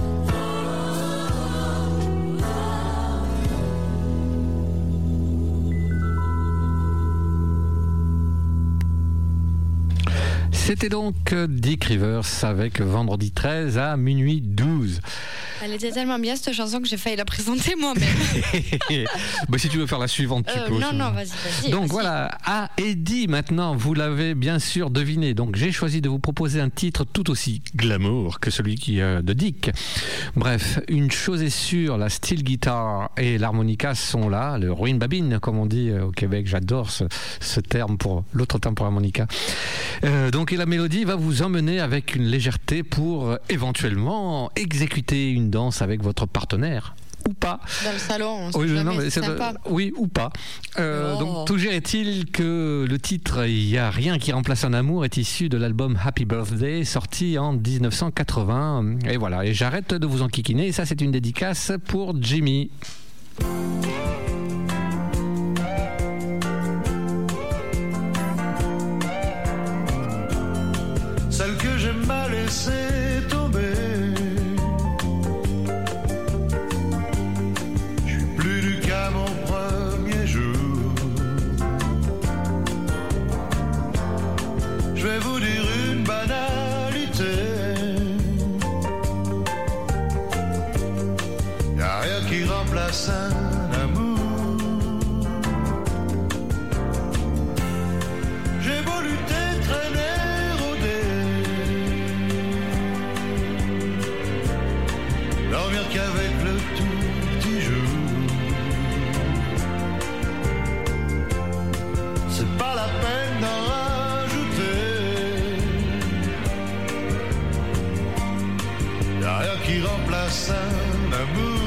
C'était donc Dick Rivers avec vendredi treize à minuit douze. Elle était tellement bien cette chanson que j'ai failli la présenter moi-même. Bah, si tu veux faire la suivante, tu euh, peux. Non, non, vas-y, vas-y. Donc vas-y. voilà, à Eddie maintenant, vous l'avez bien sûr deviné. Donc j'ai choisi de vous proposer un titre tout aussi glamour que celui qui, euh, de Dick. Bref, une chose est sûre, la steel guitar et l'harmonica sont là, le ruine babine comme on dit au Québec. J'adore ce, ce terme pour l'autre terme pour l'harmonica. Euh, donc et la mélodie va vous emmener avec une légèreté pour euh, éventuellement exécuter une danse avec votre partenaire. Ou pas. Dans le salon, on sait oui, jamais, non, mais c'est c'est sympa. oui, ou pas. Euh, Oh. Donc, toujours est-il que le titre Il n'y a rien qui remplace un amour est issu de l'album Happy Birthday, sorti en dix-neuf cent quatre-vingts. Et voilà, et j'arrête de vous enquiquiner. Et ça, c'est une dédicace pour Jimmy. Celle que j'ai mal laissé tomber Je vais vous dire une banalité. Y'a rien qui remplace un amour. J'ai beau lutter, traîner, rôder, dormir qu'avec le tout petit jour. C'est pas la peine d'en rajouter. Y'a rien qui remplace un amour.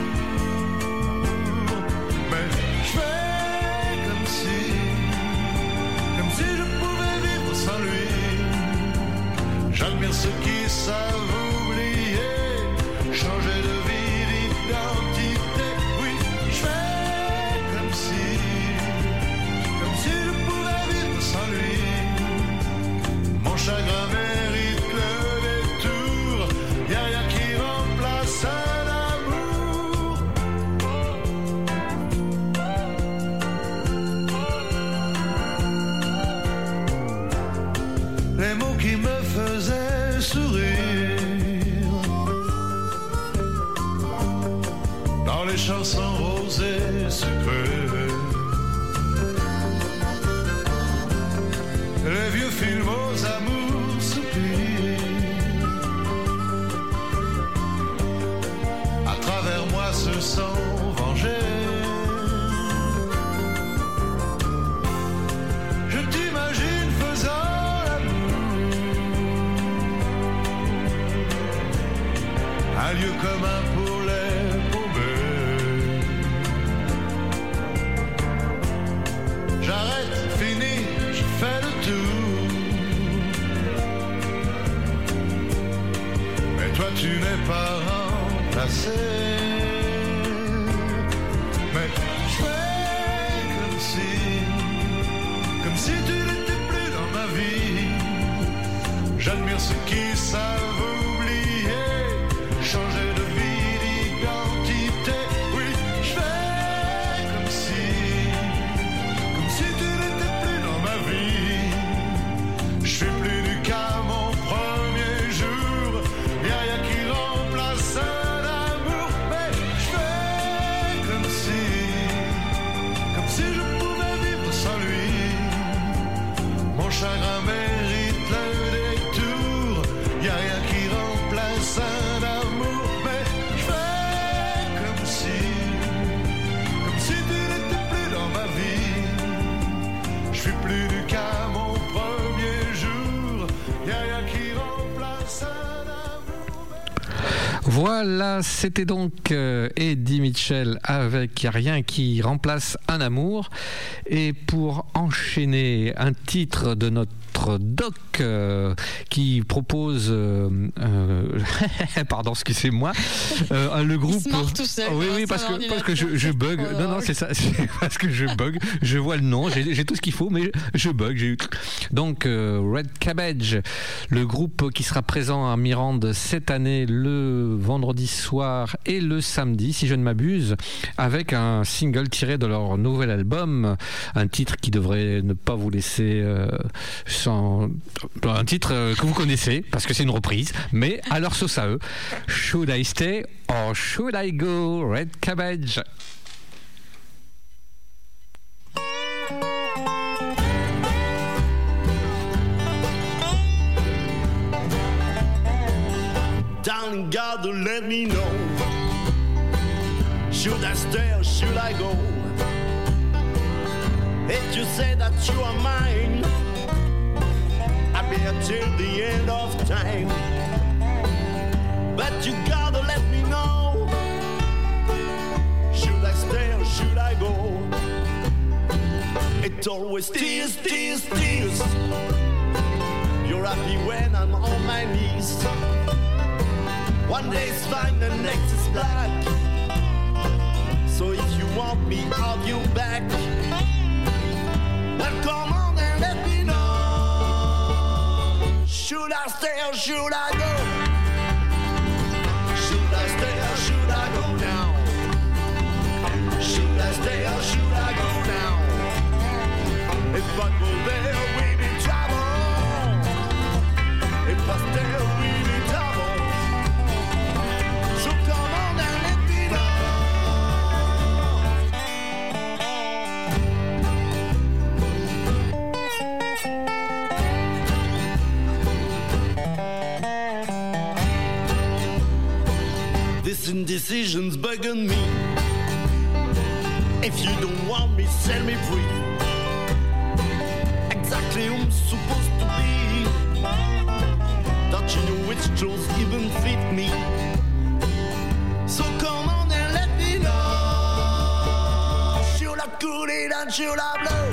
Mais je fais comme si, comme si je pouvais vivre sans lui. J'admire ceux qui savent oublier, changer de vie, d'identité. Oui, je fais comme si, comme si je pouvais vivre sans lui. Mon chagrin mérite le détour. Y'a rien qui remplace un amour. Les mots qui me faisaient sourire dans les chansons roses et sucrées, les vieux films aux amours soupirs, à travers moi se sont vengés. Je t'imagine faisant l'amour, un lieu commun pour les paumés. J'arrête, fini, je fais le tour. Mais toi tu n'es pas remplacé. Mais je fais comme si, comme si tu n'étais plus dans ma vie. J'admire ceux qui savent oublier, changer de vie, d'identité. Oui, je fais comme si, comme si tu n'étais plus dans ma vie. Je suis plus nu qu'à mon premier jour. Y'a rien qui remplace un amour. Mais je fais comme si, comme si je pouvais vivre sans lui. Mon chagrin mérite le détour. Y'a rien qui remplace un amour. Mais je fais comme si, comme si tu n'étais plus dans ma vie. Je suis plus nu qu'à mon premier jour. Y'a rien qui remplace un amour. Voilà, c'était donc euh, Eddie Mitchell avec Y'a rien qui remplace un amour. Et pour enchaîner un titre de notre doc euh, qui propose euh, euh, pardon excusez-moi euh, le groupe Il se marre tout seul, oui oui parce que parce que je, je bug non non c'est ça c'est parce que je bug je vois le nom j'ai, j'ai tout ce qu'il faut mais je bug j'ai eu... donc euh, Red Cabbage, le groupe qui sera présent à Mirande cette année le vendredi soir et le samedi si je ne m'abuse, avec un single tiré de leur nouvel album, un titre qui devrait ne pas vous laisser euh, sans un titre que vous connaissez parce que c'est une reprise, mais à leur sauce à eux. Should I stay or should I go? Red Cabbage. Darling God, let me know. Should I stay or should I go? If you say that you are mine, I'll be here till the end of time. But you gotta let me know. Should I stay or should I go? It always tears, tears, tears. You're happy when I'm on my knees. One day is fine, the next is black. So if you want me, I'll give you back. Well, come on and let me know. Should I stay or should I go? Should I stay or should I go now? Should I stay or should I go now? If I go there, we be trouble. indecisions bugging me. If you don't want me, set me free. Exactly who I'm supposed to be. Don't you know which clothes even fit me? So come on and let me know. Should I cool it and should I blow?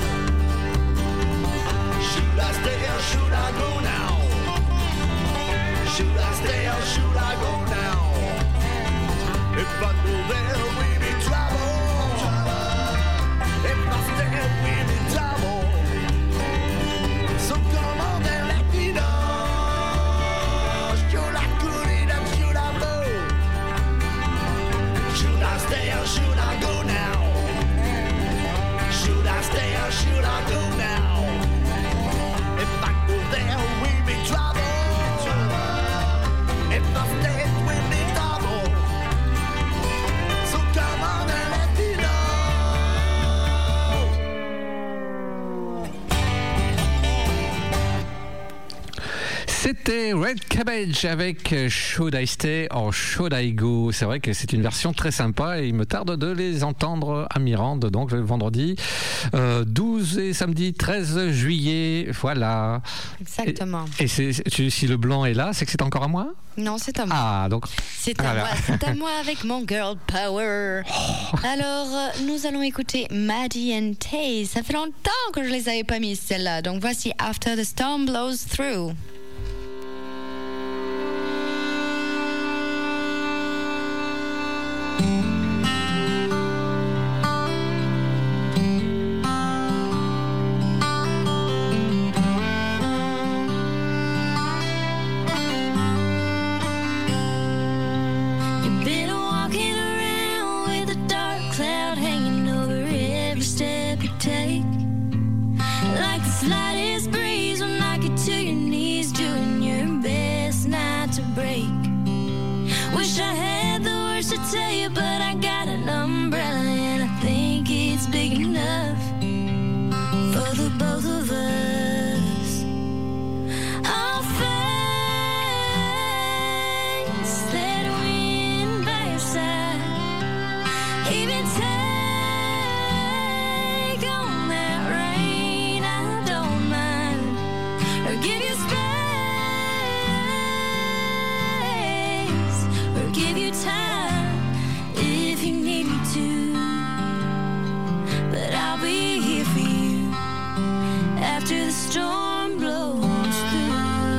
Should I stay or should I go now? Should I stay or should I go now? If I go there, we be trouble. If I stay, we be trouble. So come on and let me know. Should I cool it and should I blow? Should I stay or should I go now? Should I stay or should I go now? If I go there, we be trouble. If I stay, we be trouble. So come on and let me know. C'était Red Cabbage avec Should I Stay or Should I Go. C'est vrai que c'est une version très sympa et il me tarde de les entendre à Mirande, donc le vendredi euh, douze et samedi treize juillet. Voilà. Exactement. Et, et c'est, tu, si le blanc est là, c'est que c'est encore à moi? Non, c'est à moi. Ah, donc. C'est à voilà. moi, c'est à moi avec mon girl power. Oh. Alors, euh, nous allons écouter Maddie and Tay. Ça fait longtemps que je les avais pas mis celle-là. Donc voici After the Storm Blows Through. Slightest breeze will knock you to your knees, doing your best not to break. Wish I had the words to tell you, but I got an umbrella and I think it's big enough for the both of us. I'll face that wind by your side, even take on that rain. I don't mind, or give you space, or give you time if you need me to. But I'll be here for you after the storm blows through.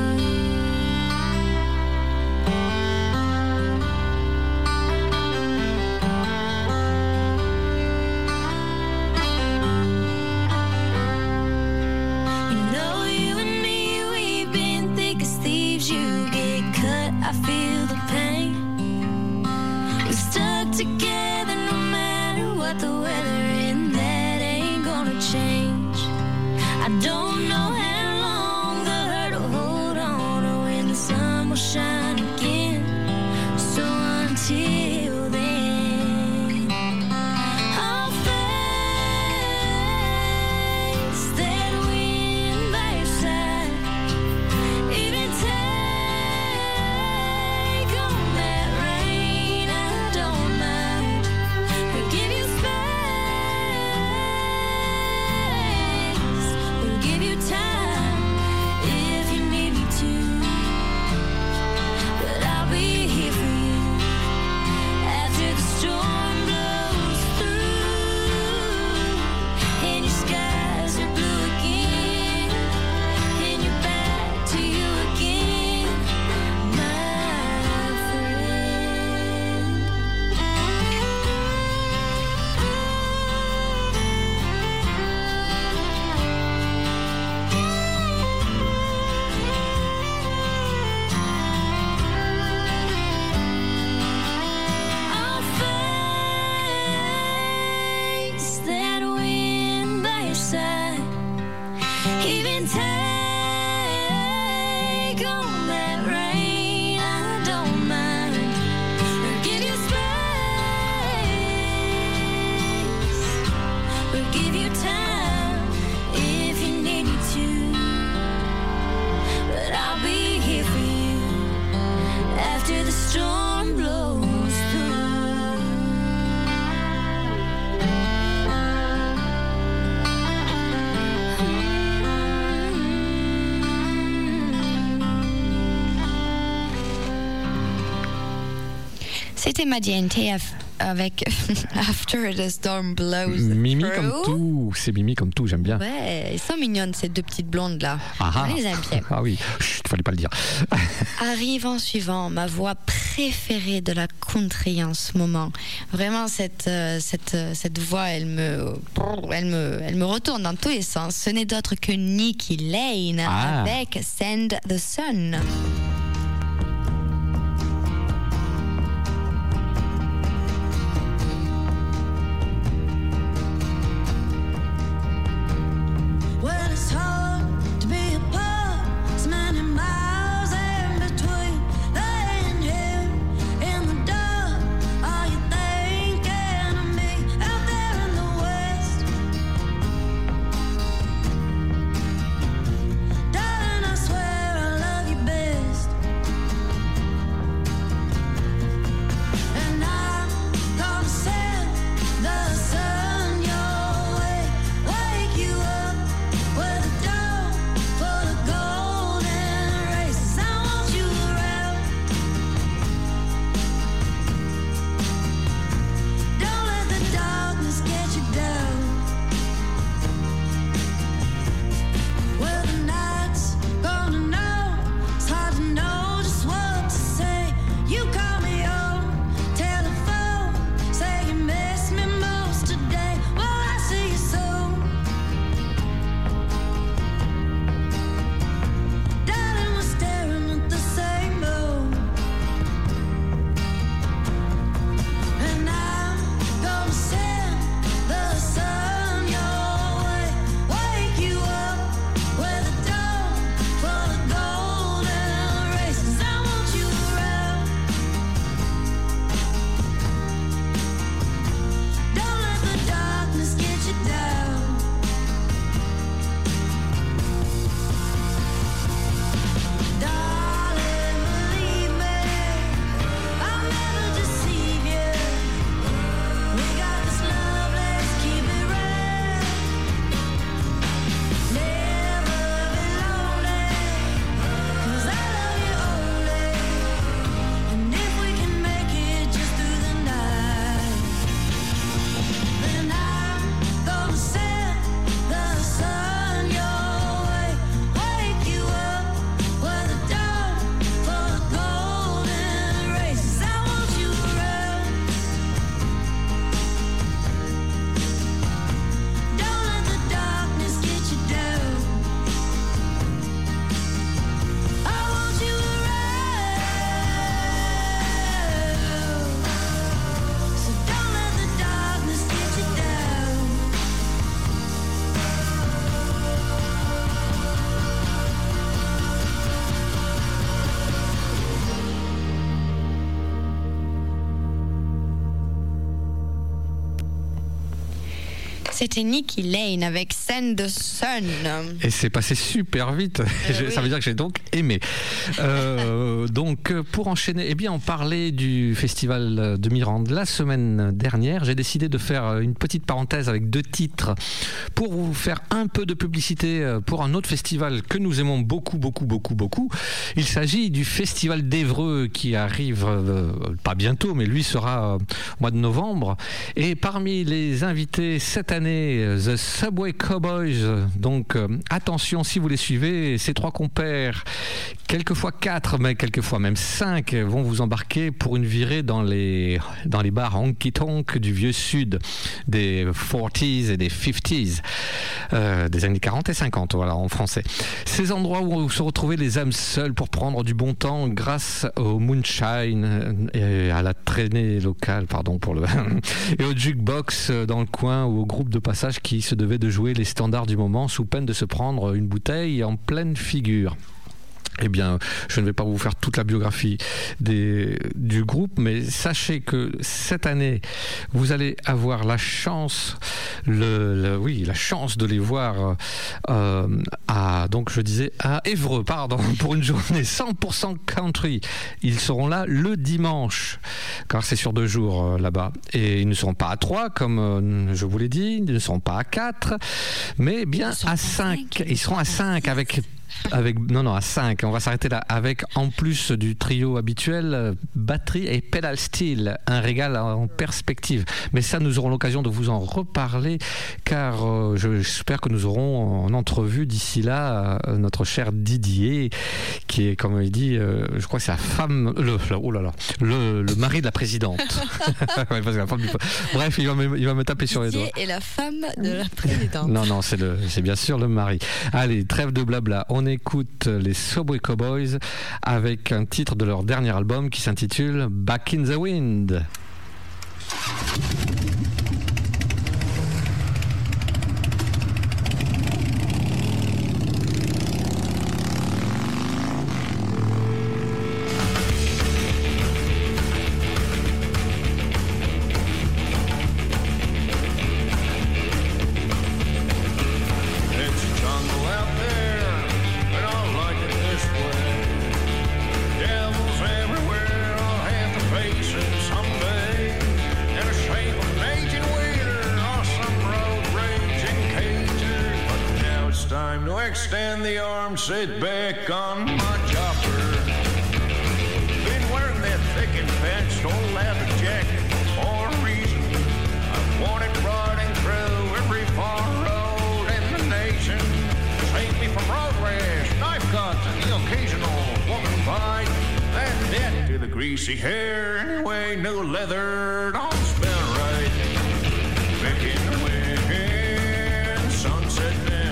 You know, you and me, we've been thick as thieves. You get cut, I feel the pain. We stuck together no matter what the weather, and that ain't gonna change. I don't know how long the hurt will hold on, or when the sun will shine again. So until then, I'll face that wind by your side, even take C'était Maddie N T F avec After the Storm Blows Mimi Through. comme tout, c'est Mimi comme tout, j'aime bien. Ouais, elles sont mignonnes ces deux petites blondes là. Ah, Je les aime bien. ah oui, Chut, fallait pas le dire. Arrive en suivant ma voix préférée de la country en ce moment. Vraiment cette euh, cette euh, cette voix, elle me elle me elle me retourne dans tous les sens. Ce n'est d'autre que Nikki Lane Ah. avec Send the Sun. Well, it's hard to be apart, so many miles in between. Laying here in the dark, are you thinking of me out there in the west? Darling, I swear I love you best. And I'm gonna send the sun your way, wake you up with a dawn full of golden races. I want you around. Don't let the darkness get you down. Well, the night's gonna know. It's hard to know just what to say. You call me on telephone, say you miss me most today. Well, I see you soon. Darling, we're staring at the same moon. And I'm gonna send the sun your way, wake you up with a dawn full of golden races. I want you around. Don't let the darkness get you down. Darling, believe me, I'll never deceive you. We got this love, let's keep it real. Never be lonely, 'cause I love you only. And if we can make it just through the night, then I'm gonna send the sun your way, wake you up with a dawn full of golden races. I want you around. Don't let the darkness get you down. I want you around. So don't let the darkness get you down. C'était Nikki Lane avec Send the Sun. Et c'est passé super vite. Je- oui. Ça veut dire que j'ai donc aimé. Euh, donc, pour enchaîner, eh bien, on parlait du festival de Mirande la semaine dernière. J'ai décidé de faire une petite parenthèse avec deux titres pour vous faire un peu de publicité pour un autre festival que nous aimons beaucoup, beaucoup, beaucoup, beaucoup. Il s'agit du festival d'Évreux qui arrive euh, pas bientôt, mais lui sera euh, au mois de novembre. Et parmi les invités cette année, The Subway Cowboys. Donc euh, attention, si vous les suivez, ces trois compères, quelquefois quatre, mais quelquefois même cinq, vont vous embarquer pour une virée dans les, dans les bars honky-tonk du vieux sud, des quarante et des cinquante, euh, des années quarante et cinquante, voilà, en français. Ces endroits où se retrouver les âmes seules pour prendre du bon temps grâce au moonshine et à la traînée locale, pardon pour le et au jukebox dans le coin ou au groupe de passage qui se devait de jouer les standards du moment sous peine de se prendre une bouteille en pleine figure. Eh bien, je ne vais pas vous faire toute la biographie des, du groupe, mais sachez que cette année, vous allez avoir la chance, le, le, oui, la chance de les voir euh, à, donc je disais, à Évreux, pardon, pour une journée cent pour cent country. Ils seront là le dimanche, car c'est sur deux jours euh, là-bas. Et ils ne seront pas à trois, comme euh, je vous l'ai dit, ils ne seront pas à quatre, mais bien à cinq. Ils seront à cinq avec avec, non, non, à cinq. On va s'arrêter là. Avec, en plus du trio habituel, batterie et pedal steel. Un régal en perspective. Mais ça, nous aurons l'occasion de vous en reparler, car euh, j'espère que nous aurons en entrevue d'ici là euh, notre cher Didier, qui est, comme il dit, euh, je crois que c'est la femme, le, oh là là, le, le mari de la présidente. Ouais, parce que la femme du... Bref, il va, me, il va me taper sur les doigts. Didier est la femme de la présidente. Non, non, c'est, le, c'est bien sûr le mari. Allez, trêve de blabla. On écoute les Subway Cowboys avec un titre de leur dernier album qui s'intitule Back in the Wind. Extend the arm, sit back on my chopper. Been wearing that thick and patched old leather jacket for a reason. I want it riding through every far road in the nation. Save me from road rash, knife cuts, and the occasional woman fight. Then debt to the greasy hair. Anyway, new leather don't smell right. Back in the wind, sunset down.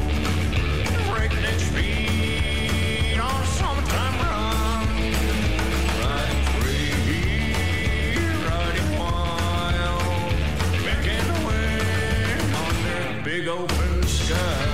Speed on a summertime run, riding free, riding wild, back in the wind under the big open sky.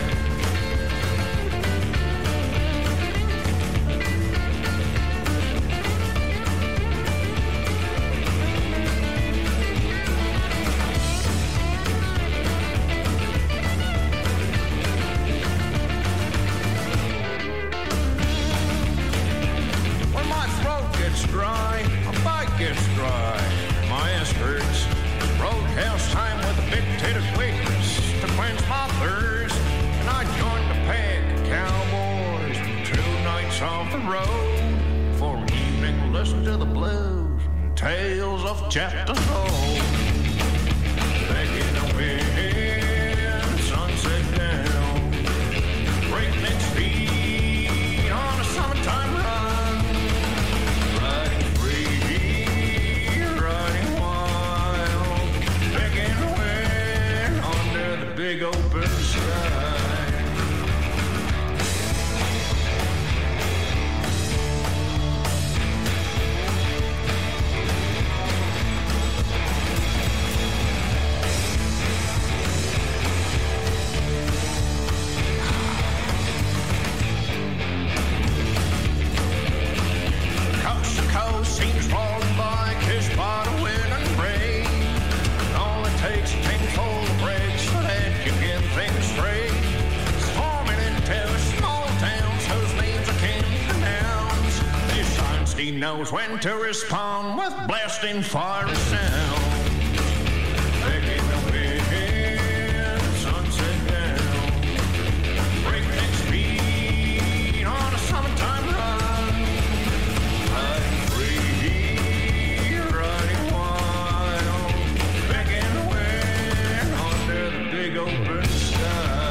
Dry, my bike gets dry, my ass hurts. Roadhouse time with a big tater waitress to quench my thirst. And I joined the pack of cowboys, two nights off the road. For an evening, listen to the blues and tales of chapter gold. Back in the wind, sunset down, breakneck speed on a summertime run. Big open sky. Coast to coast seems falling by, kissed by the wind and rain. And all it takes is ten cold breaks so that you get things straight. Swarming into small towns whose names I can't pronounce. This Einstein knows when to respond with blasting fiery sound. Back in the wind, sunset down, breakneck speed on a summertime run, riding free, riding wild, back in the wind under the big open sky.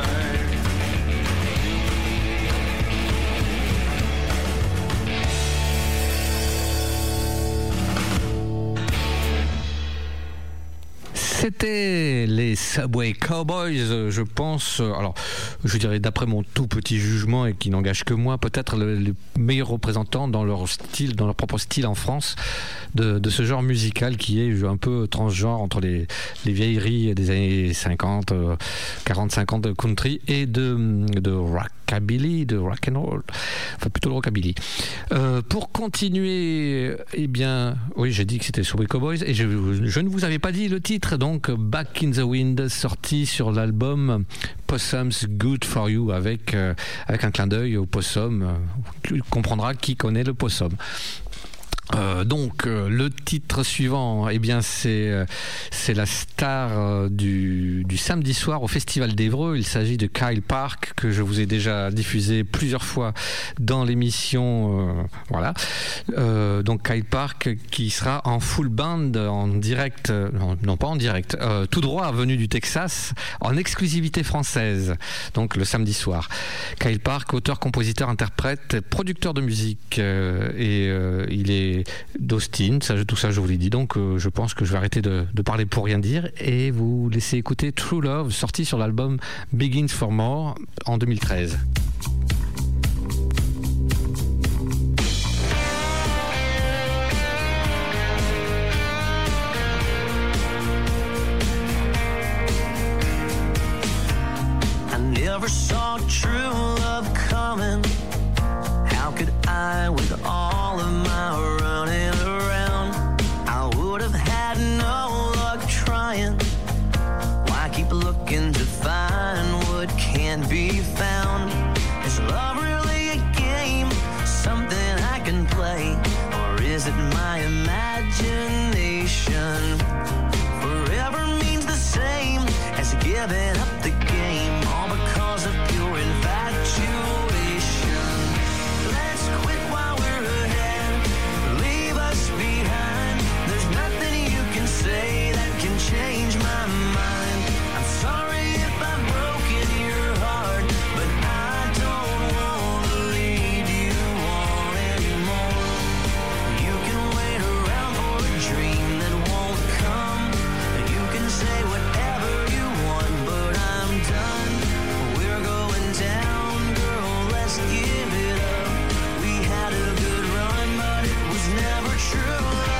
C'était les Subway Cowboys, je pense, alors je dirais d'après mon tout petit jugement et qui n'engage que moi, peut-être le, le meilleur représentant dans leur style, dans leur propre style en France, de, de ce genre musical qui est un peu transgenre entre les, les vieilleries des années cinquante, quarante, cinquante de country et de, de rockabilly, de rock and roll, enfin plutôt le rockabilly. Euh, pour continuer, eh bien, oui, j'ai dit que c'était Subway Cowboys et je, je ne vous avais pas dit le titre, donc Back in the Wind, sorti sur l'album Possum's Good for You, avec, euh, avec un clin d'œil au possum. Tu comprendras qui connaît le possum. Euh, donc euh, le titre suivant, eh bien c'est euh, c'est la star euh, du, du samedi soir au Festival d'Évreux. Il s'agit de Kyle Park, que je vous ai déjà diffusé plusieurs fois dans l'émission. Euh, voilà. Euh, donc Kyle Park qui sera en full band, en direct, euh, non, non pas en direct, euh, tout droit venu du Texas, en exclusivité française. Donc le samedi soir. Kyle Park, auteur, compositeur, interprète, producteur de musique, euh, et euh, il est d'Austin, ça, tout ça je vous l'ai dit, donc euh, je pense que je vais arrêter de, de parler pour rien dire et vous laisser écouter True Love, sorti sur l'album Begins for More en deux mille treize. I never saw true love coming. How could I, with all of my running around? I would have had no luck trying. Why keep looking to find what can't be found? Is love really a game, something I can play? Or is it my imagination? Forever means the same as giving up the game, all because of pure infatuation. Change my mind. I'm sorry if I've broken your heart, but I don't want to lead you on anymore. You can wait around for a dream that won't come. You can say whatever you want, but I'm done. We're going down, girl, let's give it up. We had a good run, but it was never true.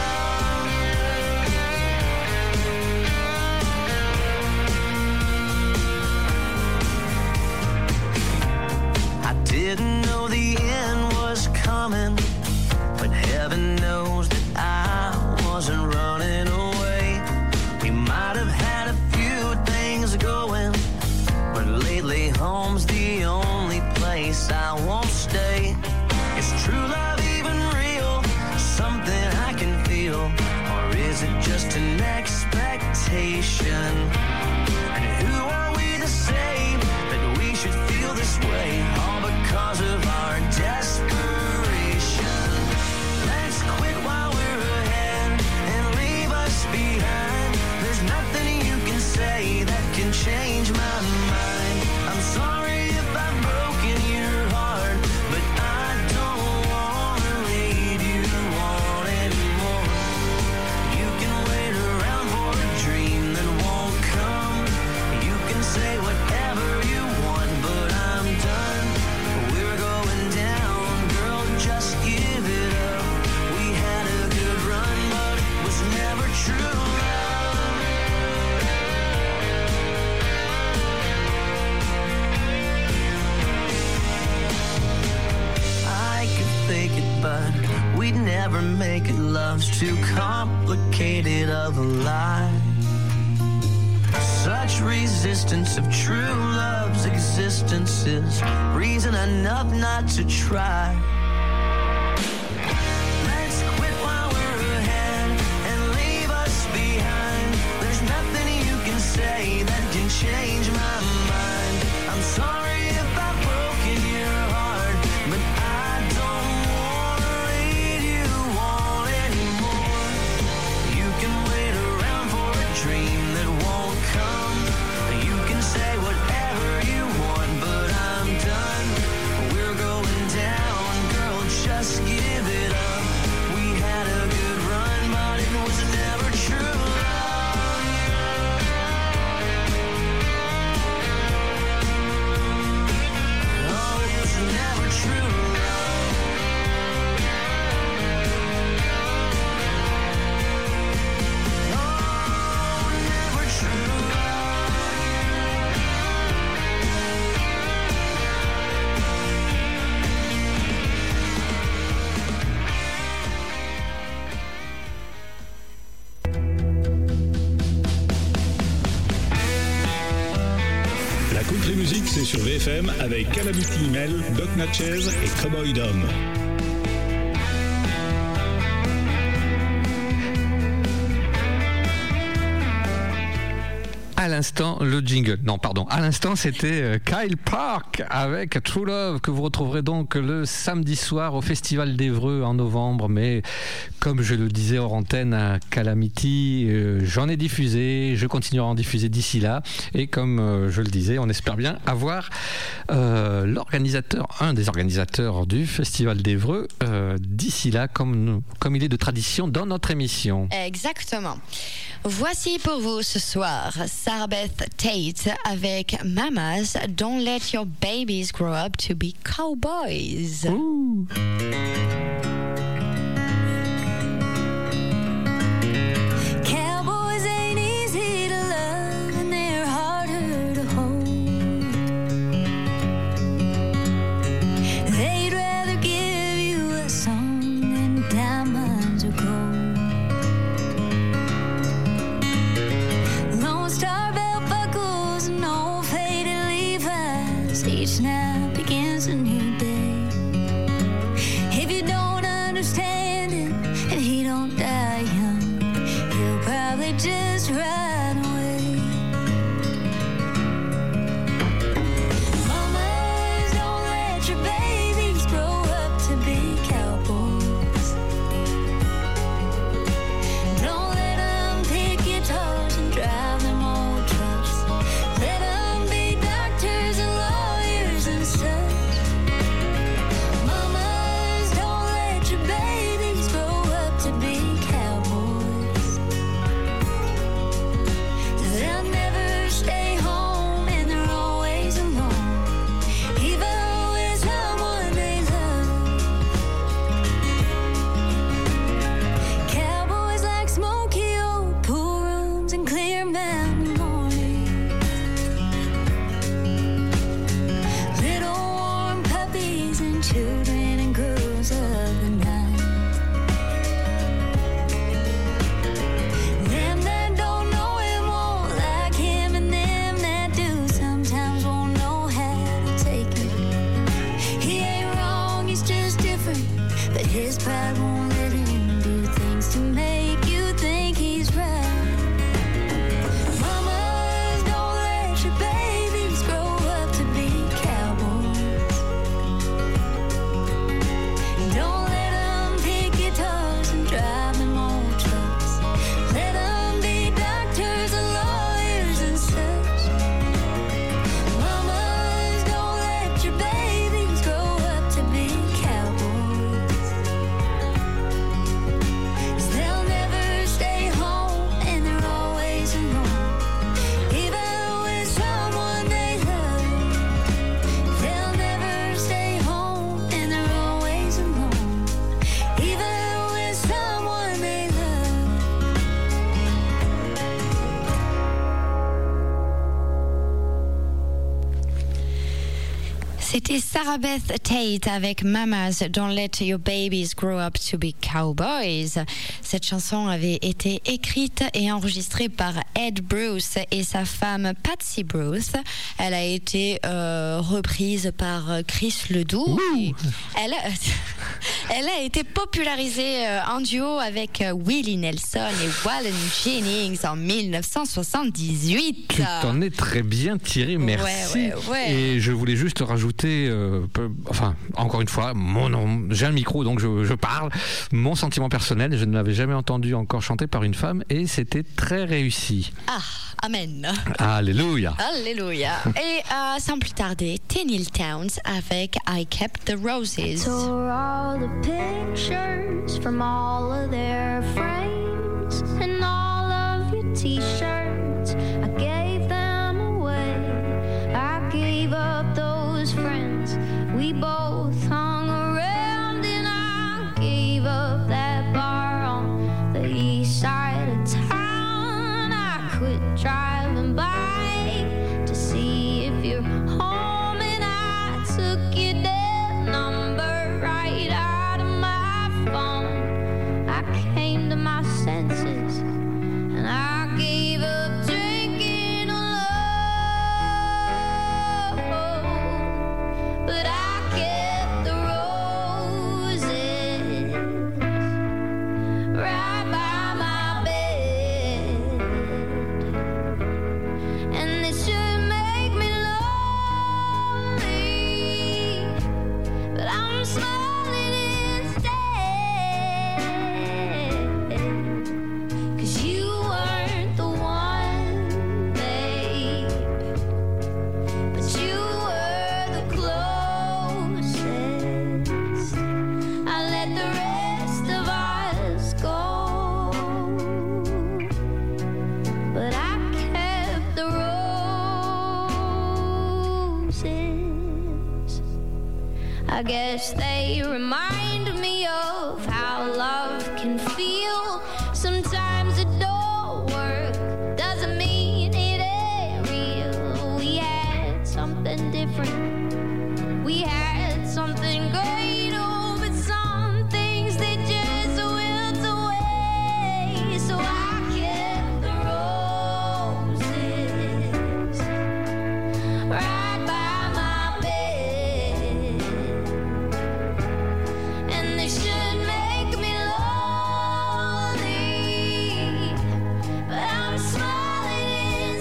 Didn't know the end was coming, but heaven knows that I wasn't running away. We might have had a few things going, but lately home's the only place I won't stay. Is true love even real? Something I can feel? Or is it just an expectation? And who are we to say that we should feel this way? All because of our desperation. Let's quit while we're ahead and leave us behind. There's nothing you can say that can change my mind. I'm sorry if I've broken your heart, but I don't want to lead you on anymore. You can wait around for a dream that won't come. You can say whatever you want, but I'm done. We're going down, girl, just give it up. We had a good run, but it was never true love. I could fake it, but we'd never make it. Love's too complicated of a lie. Such resistance of true love's existence is reason enough not to try. Let's quit while we're ahead and leave us behind. There's nothing you can say that can change my mind. I'm sorry if I've broken your heart, but I don't want to lead you on anymore. You can wait around for a dream that won't come. You can say whatever you want, but I'm done. We're going down, girl, just give it up. We had a good run, but it was never true love. Oh, it was never true love. Oh, never true love. La country music, c'est sur V F M avec Calamity Mel, Doc Natchez et Cowboy Dom. À l'instant, le jingle. Non, pardon. À l'instant, c'était Kyle Park avec True Love que vous retrouverez donc le samedi soir au Festival d'Évreux en novembre. Mais comme je le disais hors antenne à Calamity, euh, j'en ai diffusé, je continuerai à en diffuser d'ici là. Et comme euh, je le disais, on espère bien avoir euh, l'organisateur, un des organisateurs du Festival d'Évreux euh, d'ici là, comme, comme il est de tradition dans notre émission. Exactement. Voici pour vous ce soir Sarabeth Tate avec Mamas, Don't Let Your Babies Grow Up to Be Cowboys. Ooh. Cowboys ain't easy to love and they're harder to hold. They'd rather give you a song than diamonds or gold. Lone Star belt buckles and old faded Levi's. Each night begins a new day. If you don't understand it and he don't die young, he'll probably just ride away. Mamas, don't let your babies grow up to be cowboys. Don't let them pick guitars and drive them old trucks. Let them be doctors and lawyers and such. Mamas, don't let your babies grow up to be cowboys. They'll never stay home and they're always alone, even with someone they love. Cowboys like smoky old pool rooms and clear mountain mornings. Little warm puppies and children and girls of the night. Them that don't know him won't like him, and them that do sometimes won't know how to take it. He ain't wrong, he's just different, but his pride won't let him do things to make you think he's right. Mamas, don't let your babies grow up to be cowboys. Don't let them pick guitars and drive them old trucks. Let them be doctors and lawyers and such. Mamas, don't let your babies grow up to be cowboys. 'Cause they'll never stay home and they're always alone, even with someone they love. They'll never stay home and they're always alone, even with someone they love. C'était Sarabeth Tate avec Mamas, Don't Let Your Babies Grow Up to Be Cowboys. Cette chanson avait été écrite et enregistrée par Ed Bruce et sa femme Patsy Bruce. Elle a été euh, reprise par Chris Ledoux. Et Elle, elle a été popularisée euh, en duo avec euh, Willie Nelson et Waylon Jennings en dix-neuf cent soixante-dix-huit. Tu t'en es très bien tiré, merci. Ouais, ouais, ouais. Et je voulais juste rajouter, euh, peu- enfin, encore une fois, mon nom, j'ai un micro donc je, je parle, mon sentiment personnel, je ne l'avais jamais entendu encore chanté par une femme et c'était très réussi. Ah, amen. Alléluia. Alléluia. Et euh, sans plus tarder, Tenille Towns avec I Kept the Roses. Tore all the pictures from all of their frames and all of your t-shirts. I gave them away. I gave up those friends we both hung around, and I gave up that bar on the east side of town. I quit driving by to see if you're home, and I took your dead number right out of my phone. I came to my senses and I gave up drinking alone, but I kept I'm smiling instead. 'Cause you weren't the one, babe, but you were the closest. I let the rest of us go, but I kept the roses. I guess they remind me of how love can feel. Sometimes it don't work, doesn't mean it ain't real. We had something different, we had something great, oh, but some things they just wilt away. So I kept the roses right by my bed, and they should make me lonely, but I'm smiling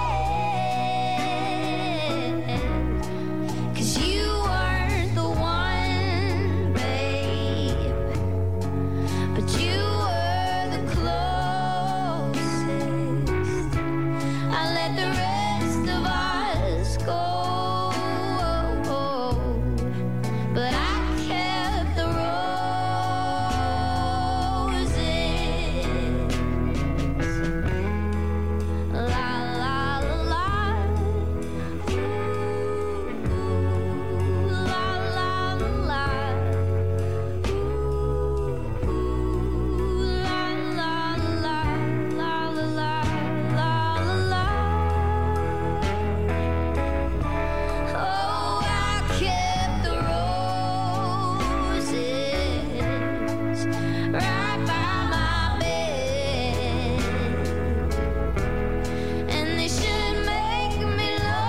instead. 'Cause you weren't the one, babe, but you were the closest. I let the rest of us go, but I kept the roses. La la la la. Ooh, la la la la. Ooh, la la la la la la la la. Oh, I kept the roses right by my bed, and they should make me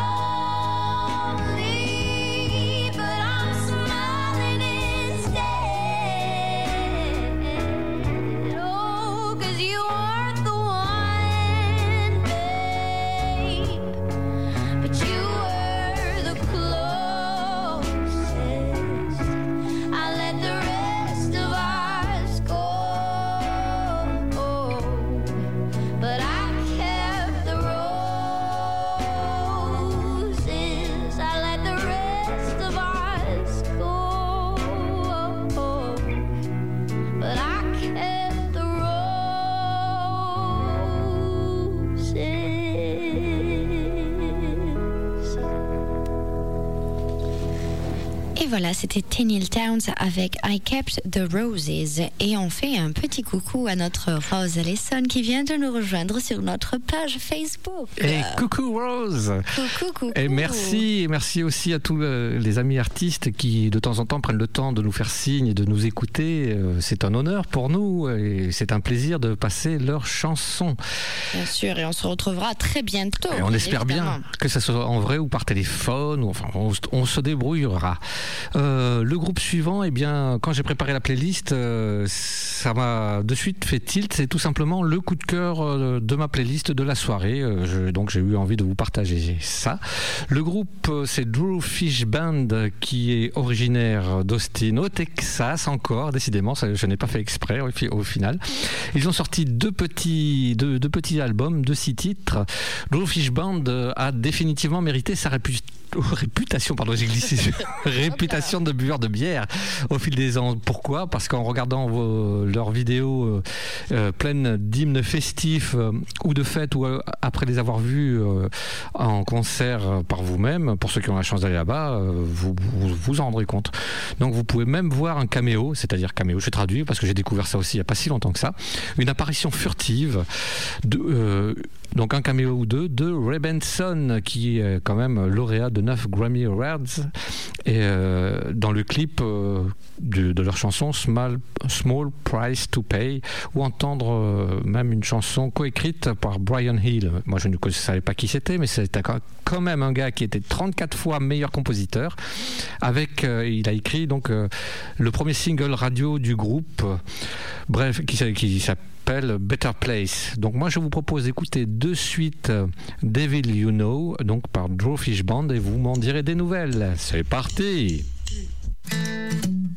lonely, but I'm smiling instead. Oh, 'cause you weren't the one, babe, but you were the closest. I let the rest of us go, but I kept the roses. I let the rest of us go, but I kept the roses. Et voilà, c'était Tenille Towns avec I Kept the Roses. Et on fait un petit coucou à notre Rose Allison qui vient de nous rejoindre sur notre page Facebook. Et coucou Rose. Coucou, coucou. Et merci, et merci aussi à tous euh, les amis artistes qui de temps en temps prennent le temps de nous faire signe et de nous écouter. Euh, C'est un honneur pour nous et c'est un plaisir de passer leurs chansons. Bien sûr, et on se retrouvera très bientôt. Et on espère évidemment. bien que ça soit en vrai ou par téléphone, ou enfin on, on se débrouillera. Euh, le groupe suivant, eh bien, quand j'ai préparé la playlist, euh, ça m'a de suite fait tilt. C'est tout simplement le coup de cœur euh, de ma playlist de la soirée. Euh, je, donc j'ai eu envie de vous partager ça. Le groupe, euh, c'est Drew Fish Band, qui est originaire d'Austin, au Texas encore. Décidément, ça, je n'ai pas fait exprès au, fi- au final. Ils ont sorti deux petits, deux, deux petits albums de six titres. Drew Fish Band euh, a définitivement mérité sa réputation. réputation, pardon, j'ai glissé, réputation de buveur de bière au fil des ans. Pourquoi ? Parce qu'en regardant vos, leurs vidéos euh, euh, pleines d'hymnes festifs euh, ou de fêtes, ou euh, après les avoir vus euh, en concert euh, par vous-même, pour ceux qui ont la chance d'aller là-bas, euh, vous, vous vous en rendrez compte. Donc vous pouvez même voir un caméo, c'est-à-dire caméo, je traduis parce que j'ai découvert ça aussi il n'y a pas si longtemps que ça, une apparition furtive de... Euh, donc un caméo ou deux de Ray Benson, qui est quand même lauréat de neuf Grammy Awards, et euh, dans le clip euh, de, de leur chanson Small, Small Price to Pay, ou entendre euh, même une chanson coécrite par Brian Hill. Moi je ne savais pas qui c'était, mais c'était quand même un gars qui était trente-quatre fois meilleur compositeur. Avec, euh, il a écrit donc euh, le premier single radio du groupe, euh, bref, qui, qui s'appelle Better Place. Donc moi je vous propose d'écouter de suite euh, Devil You Know, donc par Drew Fish Band, et vous m'en direz des nouvelles. C'est parti.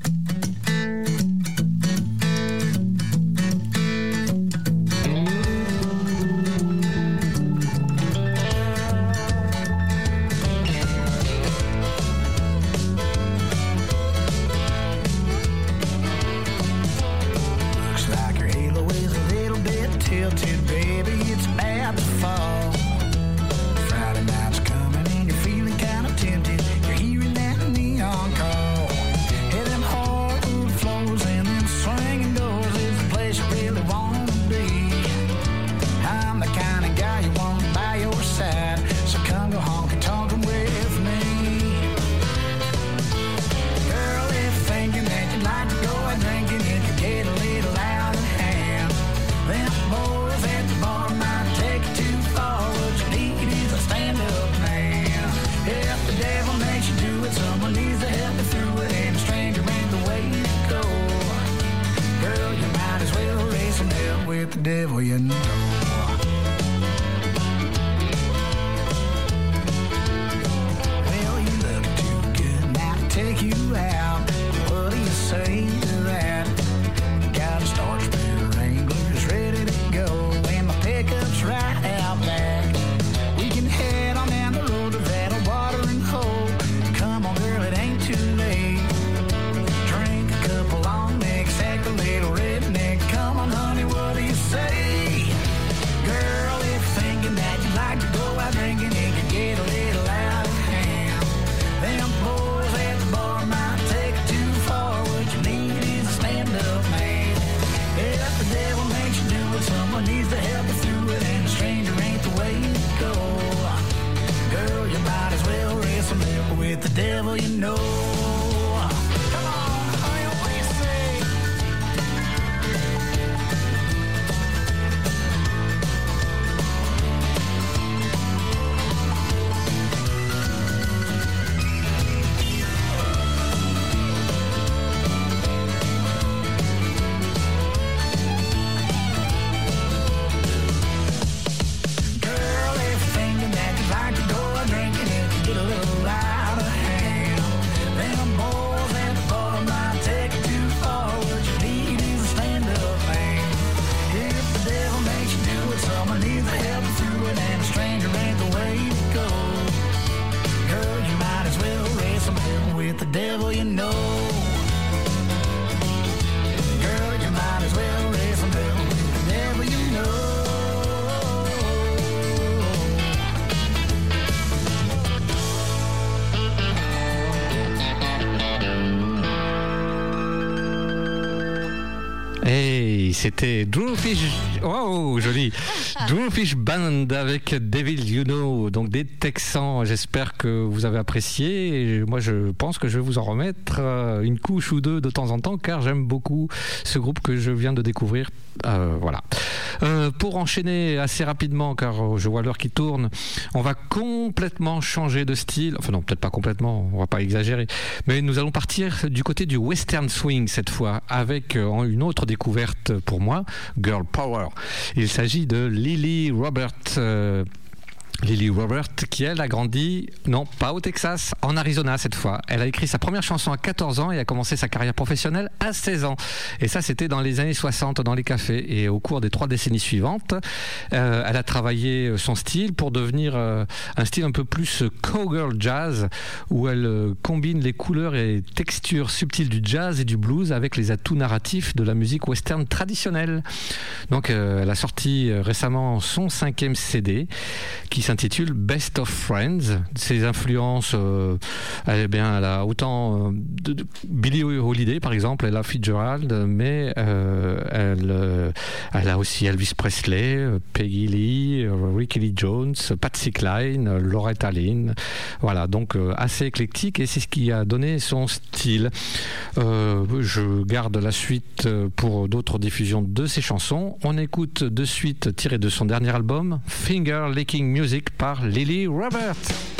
Hey, c'était Drumfish, oh joli, Drumfish Band avec Devil You Know, donc des Texans. J'espère que vous avez apprécié. Et moi, je pense que je vais vous en remettre une couche ou deux de temps en temps, car j'aime beaucoup ce groupe que je viens de découvrir. Euh, voilà. Euh, pour enchaîner assez rapidement, car je vois l'heure qui tourne, on va complètement changer de style. Enfin non, peut-être pas complètement, on va pas exagérer, mais nous allons partir du côté du western swing cette fois, avec une autre découverte pour moi, Girl Power. Il s'agit de Lily Robert. Euh, Lily Robert, qui elle a grandi, non pas au Texas, en Arizona cette fois. Elle a écrit sa première chanson à quatorze ans et a commencé sa carrière professionnelle à seize ans. Et ça, c'était dans les années soixante dans les cafés. Et au cours des trois décennies suivantes, euh, elle a travaillé son style pour devenir euh, un style un peu plus cowgirl jazz, où elle euh, combine les couleurs et textures subtiles du jazz et du blues avec les atouts narratifs de la musique western traditionnelle. Donc, euh, elle a sorti euh, récemment son cinquième C D qui s'intitule Best of Friends. Ses influences, euh, elle, eh bien, elle a autant euh, de, de Billie Holiday par exemple, elle a Fitzgerald, mais euh, elle, euh, elle a aussi Elvis Presley, Peggy Lee, Ricky Lee Jones, Patsy Cline, Loretta Lynn. Voilà, donc euh, assez éclectique, et c'est ce qui a donné son style. Euh, je garde la suite pour d'autres diffusions de ses chansons. On écoute de suite, tiré de son dernier album, Finger Licking Music par Lily Robert.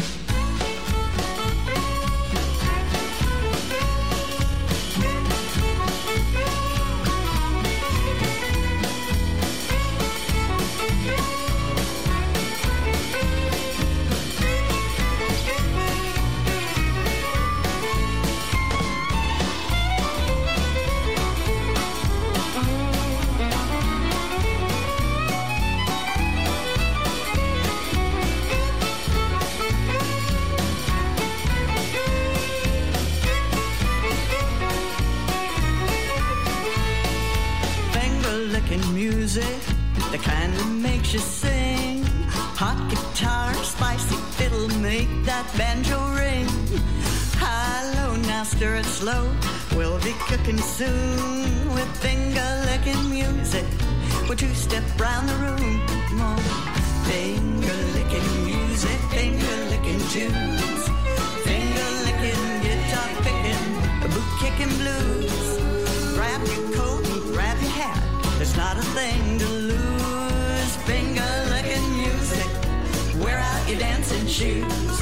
The kind that makes you sing. Hot guitar, spicy fiddle, make that banjo ring. High, low, now stir it slow. We'll be cooking soon with finger-licking music. We'll two-step round the room. More finger-licking music, finger-licking tunes. Finger-licking, guitar-picking, boot-kicking blues. Grab your coat and grab your hat. There's not a thing to lose. Finger-licking music. Wear out your dancing shoes.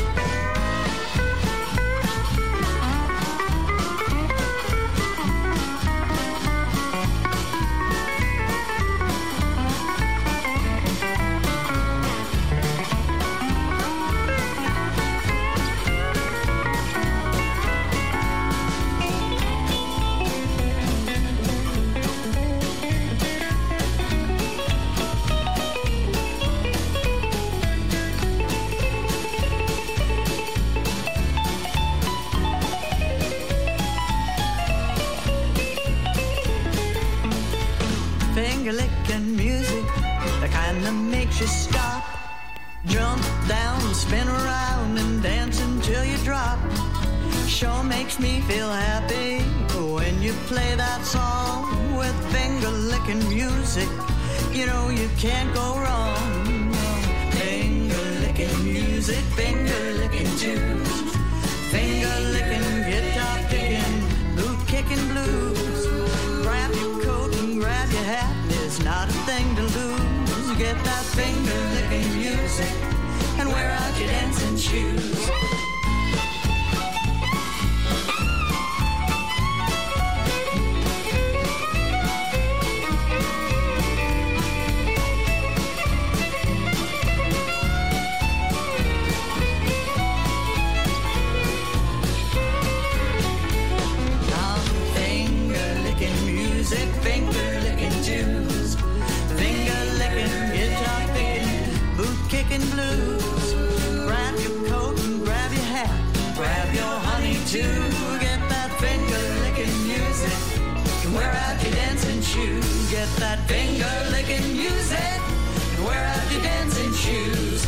Finger-licking music, the kind that makes you stop. Jump down, spin around and dance until you drop. Sure makes me feel happy when you play that song with finger-licking music. You know you can't go wrong. Finger-licking music, finger-licking tunes. Finger-licking, guitar-picking, boot-kicking blues. Grab your coat and grab your hat, there's not a thing to lose. Get that finger-licking music and wear out your dancing shoes. Finger-licking tunes, finger-licking, guitar-picking, boot-kicking blues. Grab your coat and grab your hat, grab your honey too. Get that finger-licking music and wear out your dancing shoes. Get that finger-licking music and wear out your dancing shoes.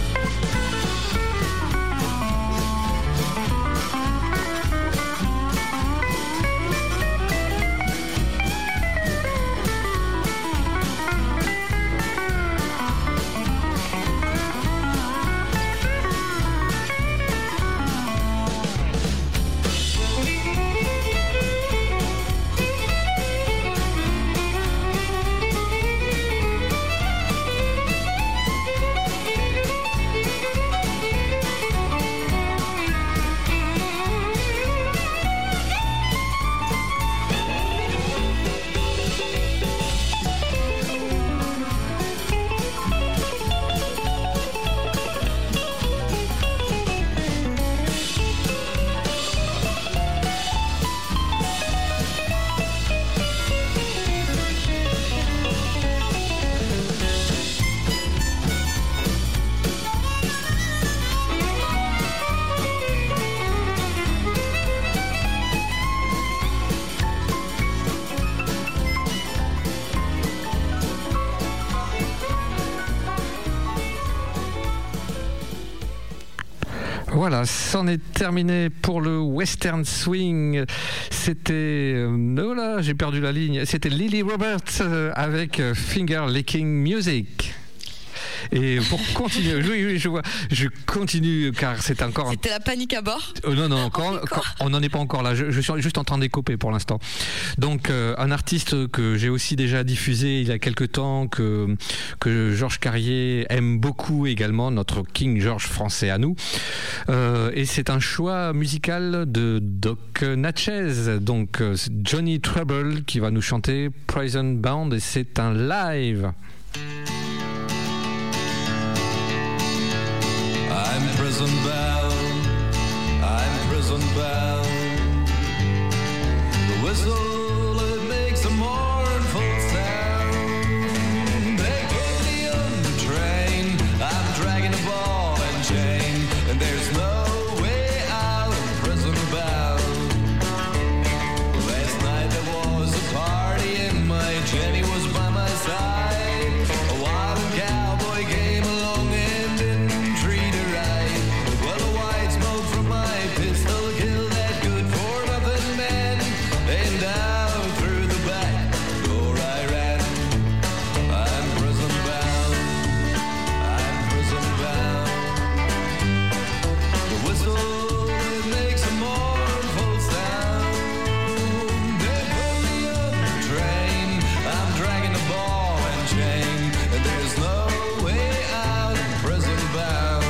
Voilà, c'en est terminé pour le Western Swing. C'était... Euh, oh là, j'ai perdu la ligne. C'était Lily Roberts euh, avec Finger Licking Music. Et pour continuer, oui, oui, je vois, je continue car c'est encore. C'était la panique à bord. Euh, non, non, encore, on n'en est pas encore là. Je, je suis juste en train d'écoper pour l'instant. Donc, euh, un artiste que j'ai aussi déjà diffusé il y a quelques temps, que que Georges Carrier aime beaucoup également, notre King George français à nous. Euh, et c'est un choix musical de Doc Natchez, donc euh, Johnny Trouble qui va nous chanter Prison Bound et c'est un live. I'm prison bound, I'm prison bound. The whistle, it makes a mournful sound. They put me on the train, I'm dragging a ball and chain, and there's no way out, I'm prison bound. Last night there was a party and my Jenny was by my side. A wild cowboy came along and didn't treat her right. Well, the white smoke from my pistol killed that good-for-nothing man. And out through the back door I ran. I'm prison bound, I'm prison bound. The whistle, it makes a mournful sound. They put me on the train, I'm dragging a ball and chain, and there's no way out, I'm prison bound.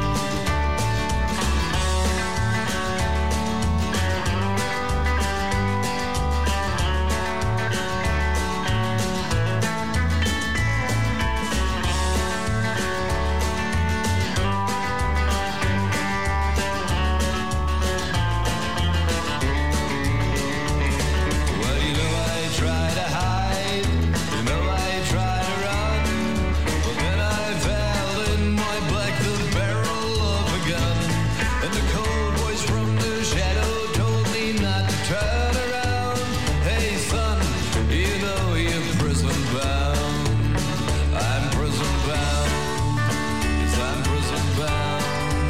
Well, you know I try to hide, you know I try to run, but then I fell in my black the barrel of a gun, and the cold voice from the shadow told me not to turn around. Hey son, you know you're prison bound. I'm prison bound, yes I'm prison bound.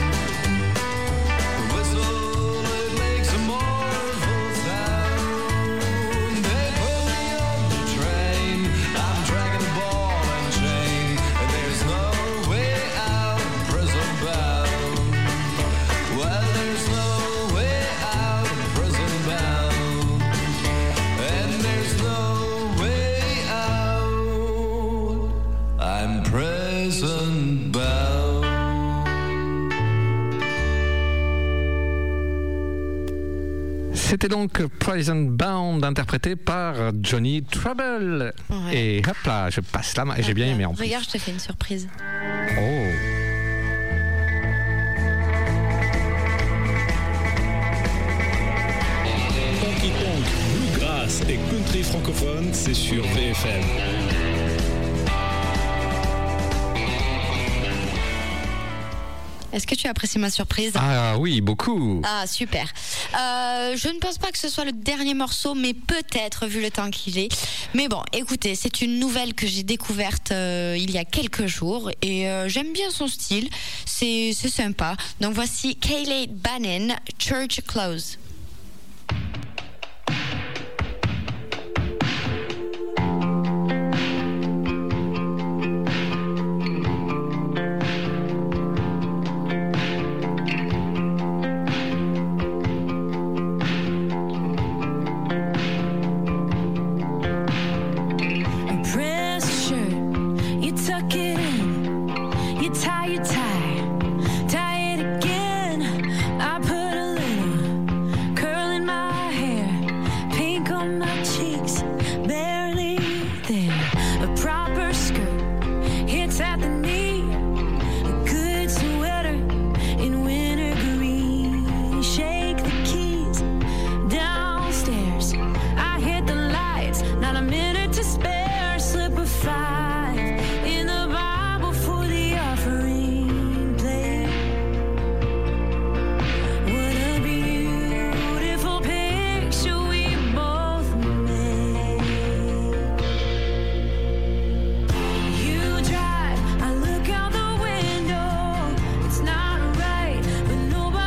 The whistle, it makes a mournful sound. They put me on the train, I'm dragging a ball and chain, and there's no way out, I'm prison bound. Well, there's no way out, I'm prison bound. And there's no way out, I'm prison bound. C'était donc Prison Bound interprété par Johnny Trouble. Ouais. Et hop là, je passe la main. Et j'ai bien aimé en plus. Regarde, je te fais une surprise. Oh. Honky Tonk, Bluegrass et Country francophone, c'est sur V F M. Est-ce que tu apprécies ma surprise? Ah oui, beaucoup. Ah, super. Euh, je ne pense pas que ce soit le dernier morceau, mais peut-être, vu le temps qu'il est. Mais bon, écoutez, c'est une nouvelle que j'ai découverte euh, il y a quelques jours et euh, j'aime bien son style. C'est, c'est sympa. Donc voici Kayleigh Bannon, Church Close. A pressed shirt, you tuck it in, you tie your tie, tie it again. I put a little curl in my hair, pink on my cheeks, barely there. A proper skirt hits at the knee, a good sweater in winter green. Shake the keys downstairs. I hit the lights, not a minute to spare. Slip a five in the Bible for the offering plate. What a beautiful picture we both made. You drive, I look out the window. It's not right, but nobody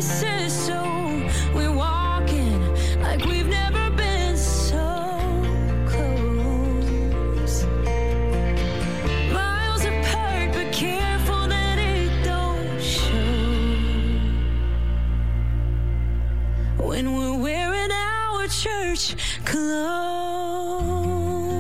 says so. We're walking like we've never been so close. Miles apart, but careful that it don't show. When we're wearing our church clothes.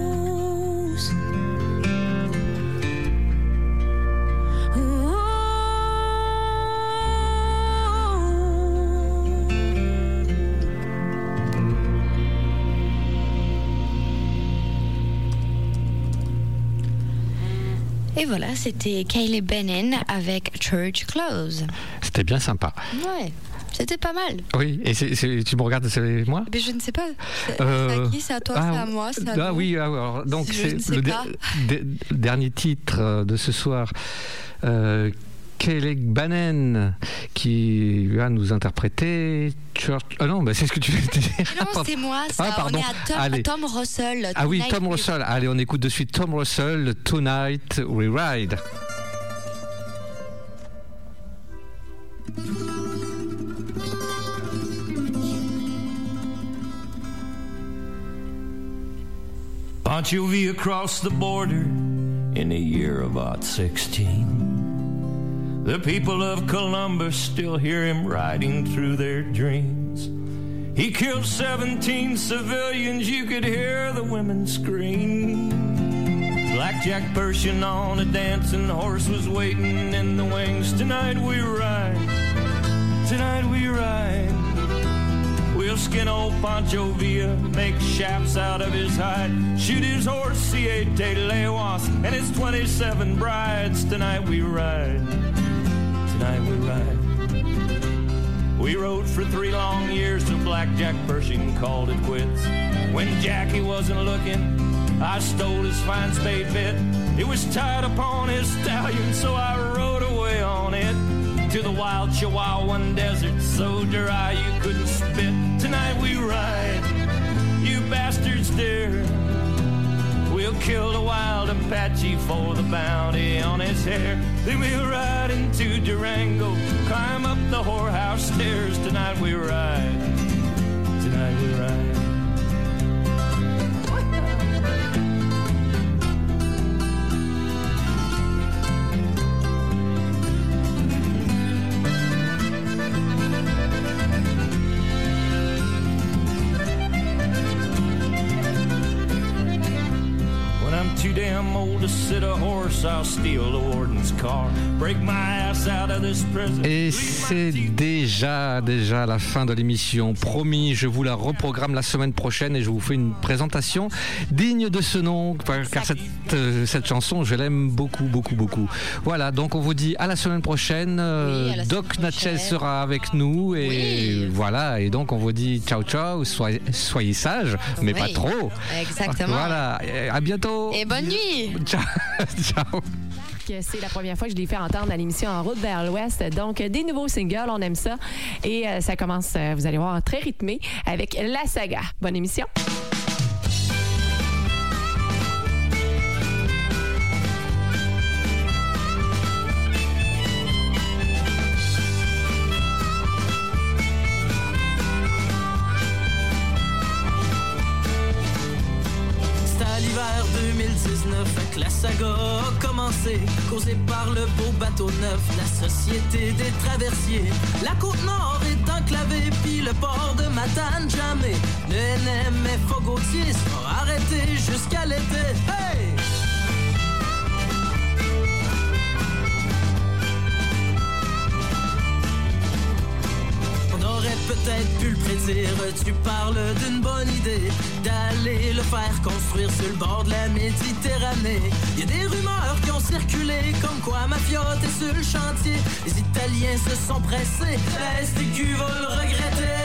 Et voilà, c'était Kylie Bennett avec Church Clothes. C'était bien sympa. Ouais, c'était pas mal. Oui, et c'est, c'est, tu me regardes, c'est moi? Mais je ne sais pas. C'est, euh, c'est à qui? C'est à toi? ah, C'est à moi? C'est à ah nous? oui, alors, donc Je c'est ne sais le pas. de- de- dernier titre de ce soir. Euh, Kylie Bennett qui va nous interpréter Church. Ah non, bah c'est ce que tu veux dire. Non, c'est moi. Ça. Ah, pardon. On est à Tom, Allez. Tom Russell. Ah oui, Tonight Tom We- Russell. Allez, on écoute de suite Tom Russell, Tonight We Ride. Pancho V across the border in the year of odd sixteen. The people of Columbus still hear him riding through their dreams. He killed seventeen civilians, you could hear the women scream. Blackjack Persian on a dancing horse was waiting in the wings. Tonight we ride, tonight we ride. We'll skin old Pancho Villa, make shafts out of his hide, shoot his horse, Siete Lewas, and his twenty-seven brides. Tonight we ride, tonight we ride. We rode for three long years till Blackjack Pershing called it quits. When Jackie wasn't looking, I stole his fine spade bit. It was tied upon his stallion, so I rode away on it to the wild Chihuahuan desert, so dry you couldn't spit. Tonight we ride, you bastards dare. We'll kill the wild Apache for the bounty on his hair. Then we'll ride into Durango, climb up the whorehouse stairs. Tonight we ride, tonight we ride. Too damn old to sit a horse, I'll steal the warden's car, break my ass out of this prison. Et c'est déjà, déjà la fin de l'émission. Promis, je vous la reprogramme la semaine prochaine et je vous fais une présentation digne de ce nom, car cette, euh, cette chanson, je l'aime beaucoup, beaucoup, beaucoup. Voilà, donc on vous dit à la semaine prochaine. Euh, Oui, à la Doc semaine Natchez prochaine. sera avec nous et Oui. voilà. Et donc on vous dit ciao, ciao, soyez, soyez sages, mais Oui. pas trop. Exactement. Voilà, et à bientôt. Et bonne nuit. Ciao. Ciao. que c'est la première fois que je l'ai fait entendre à l'émission En route vers l'Ouest. Donc, des nouveaux singles, on aime ça. Et euh, ça commence, euh, vous allez voir, très rythmé avec La Saga. Bonne émission. C'est à l'hiver deux mille dix-neuf que la saga a commencé, causée par le beau bateau neuf, la société des traversiers. La côte nord est enclavée, puis le port de Matane jamais. Le N M F Gauthier sera arrêté jusqu'à l'été. Hey! On aurait peut-être pu le prédire, tu parles d'une bonne idée d'aller le faire construire sur le bord de la Méditerranée. Il y a des rumeurs qui ont circulé comme quoi Mafiote est sur le chantier. Les Italiens se sont pressés, la S T Q va le regretter.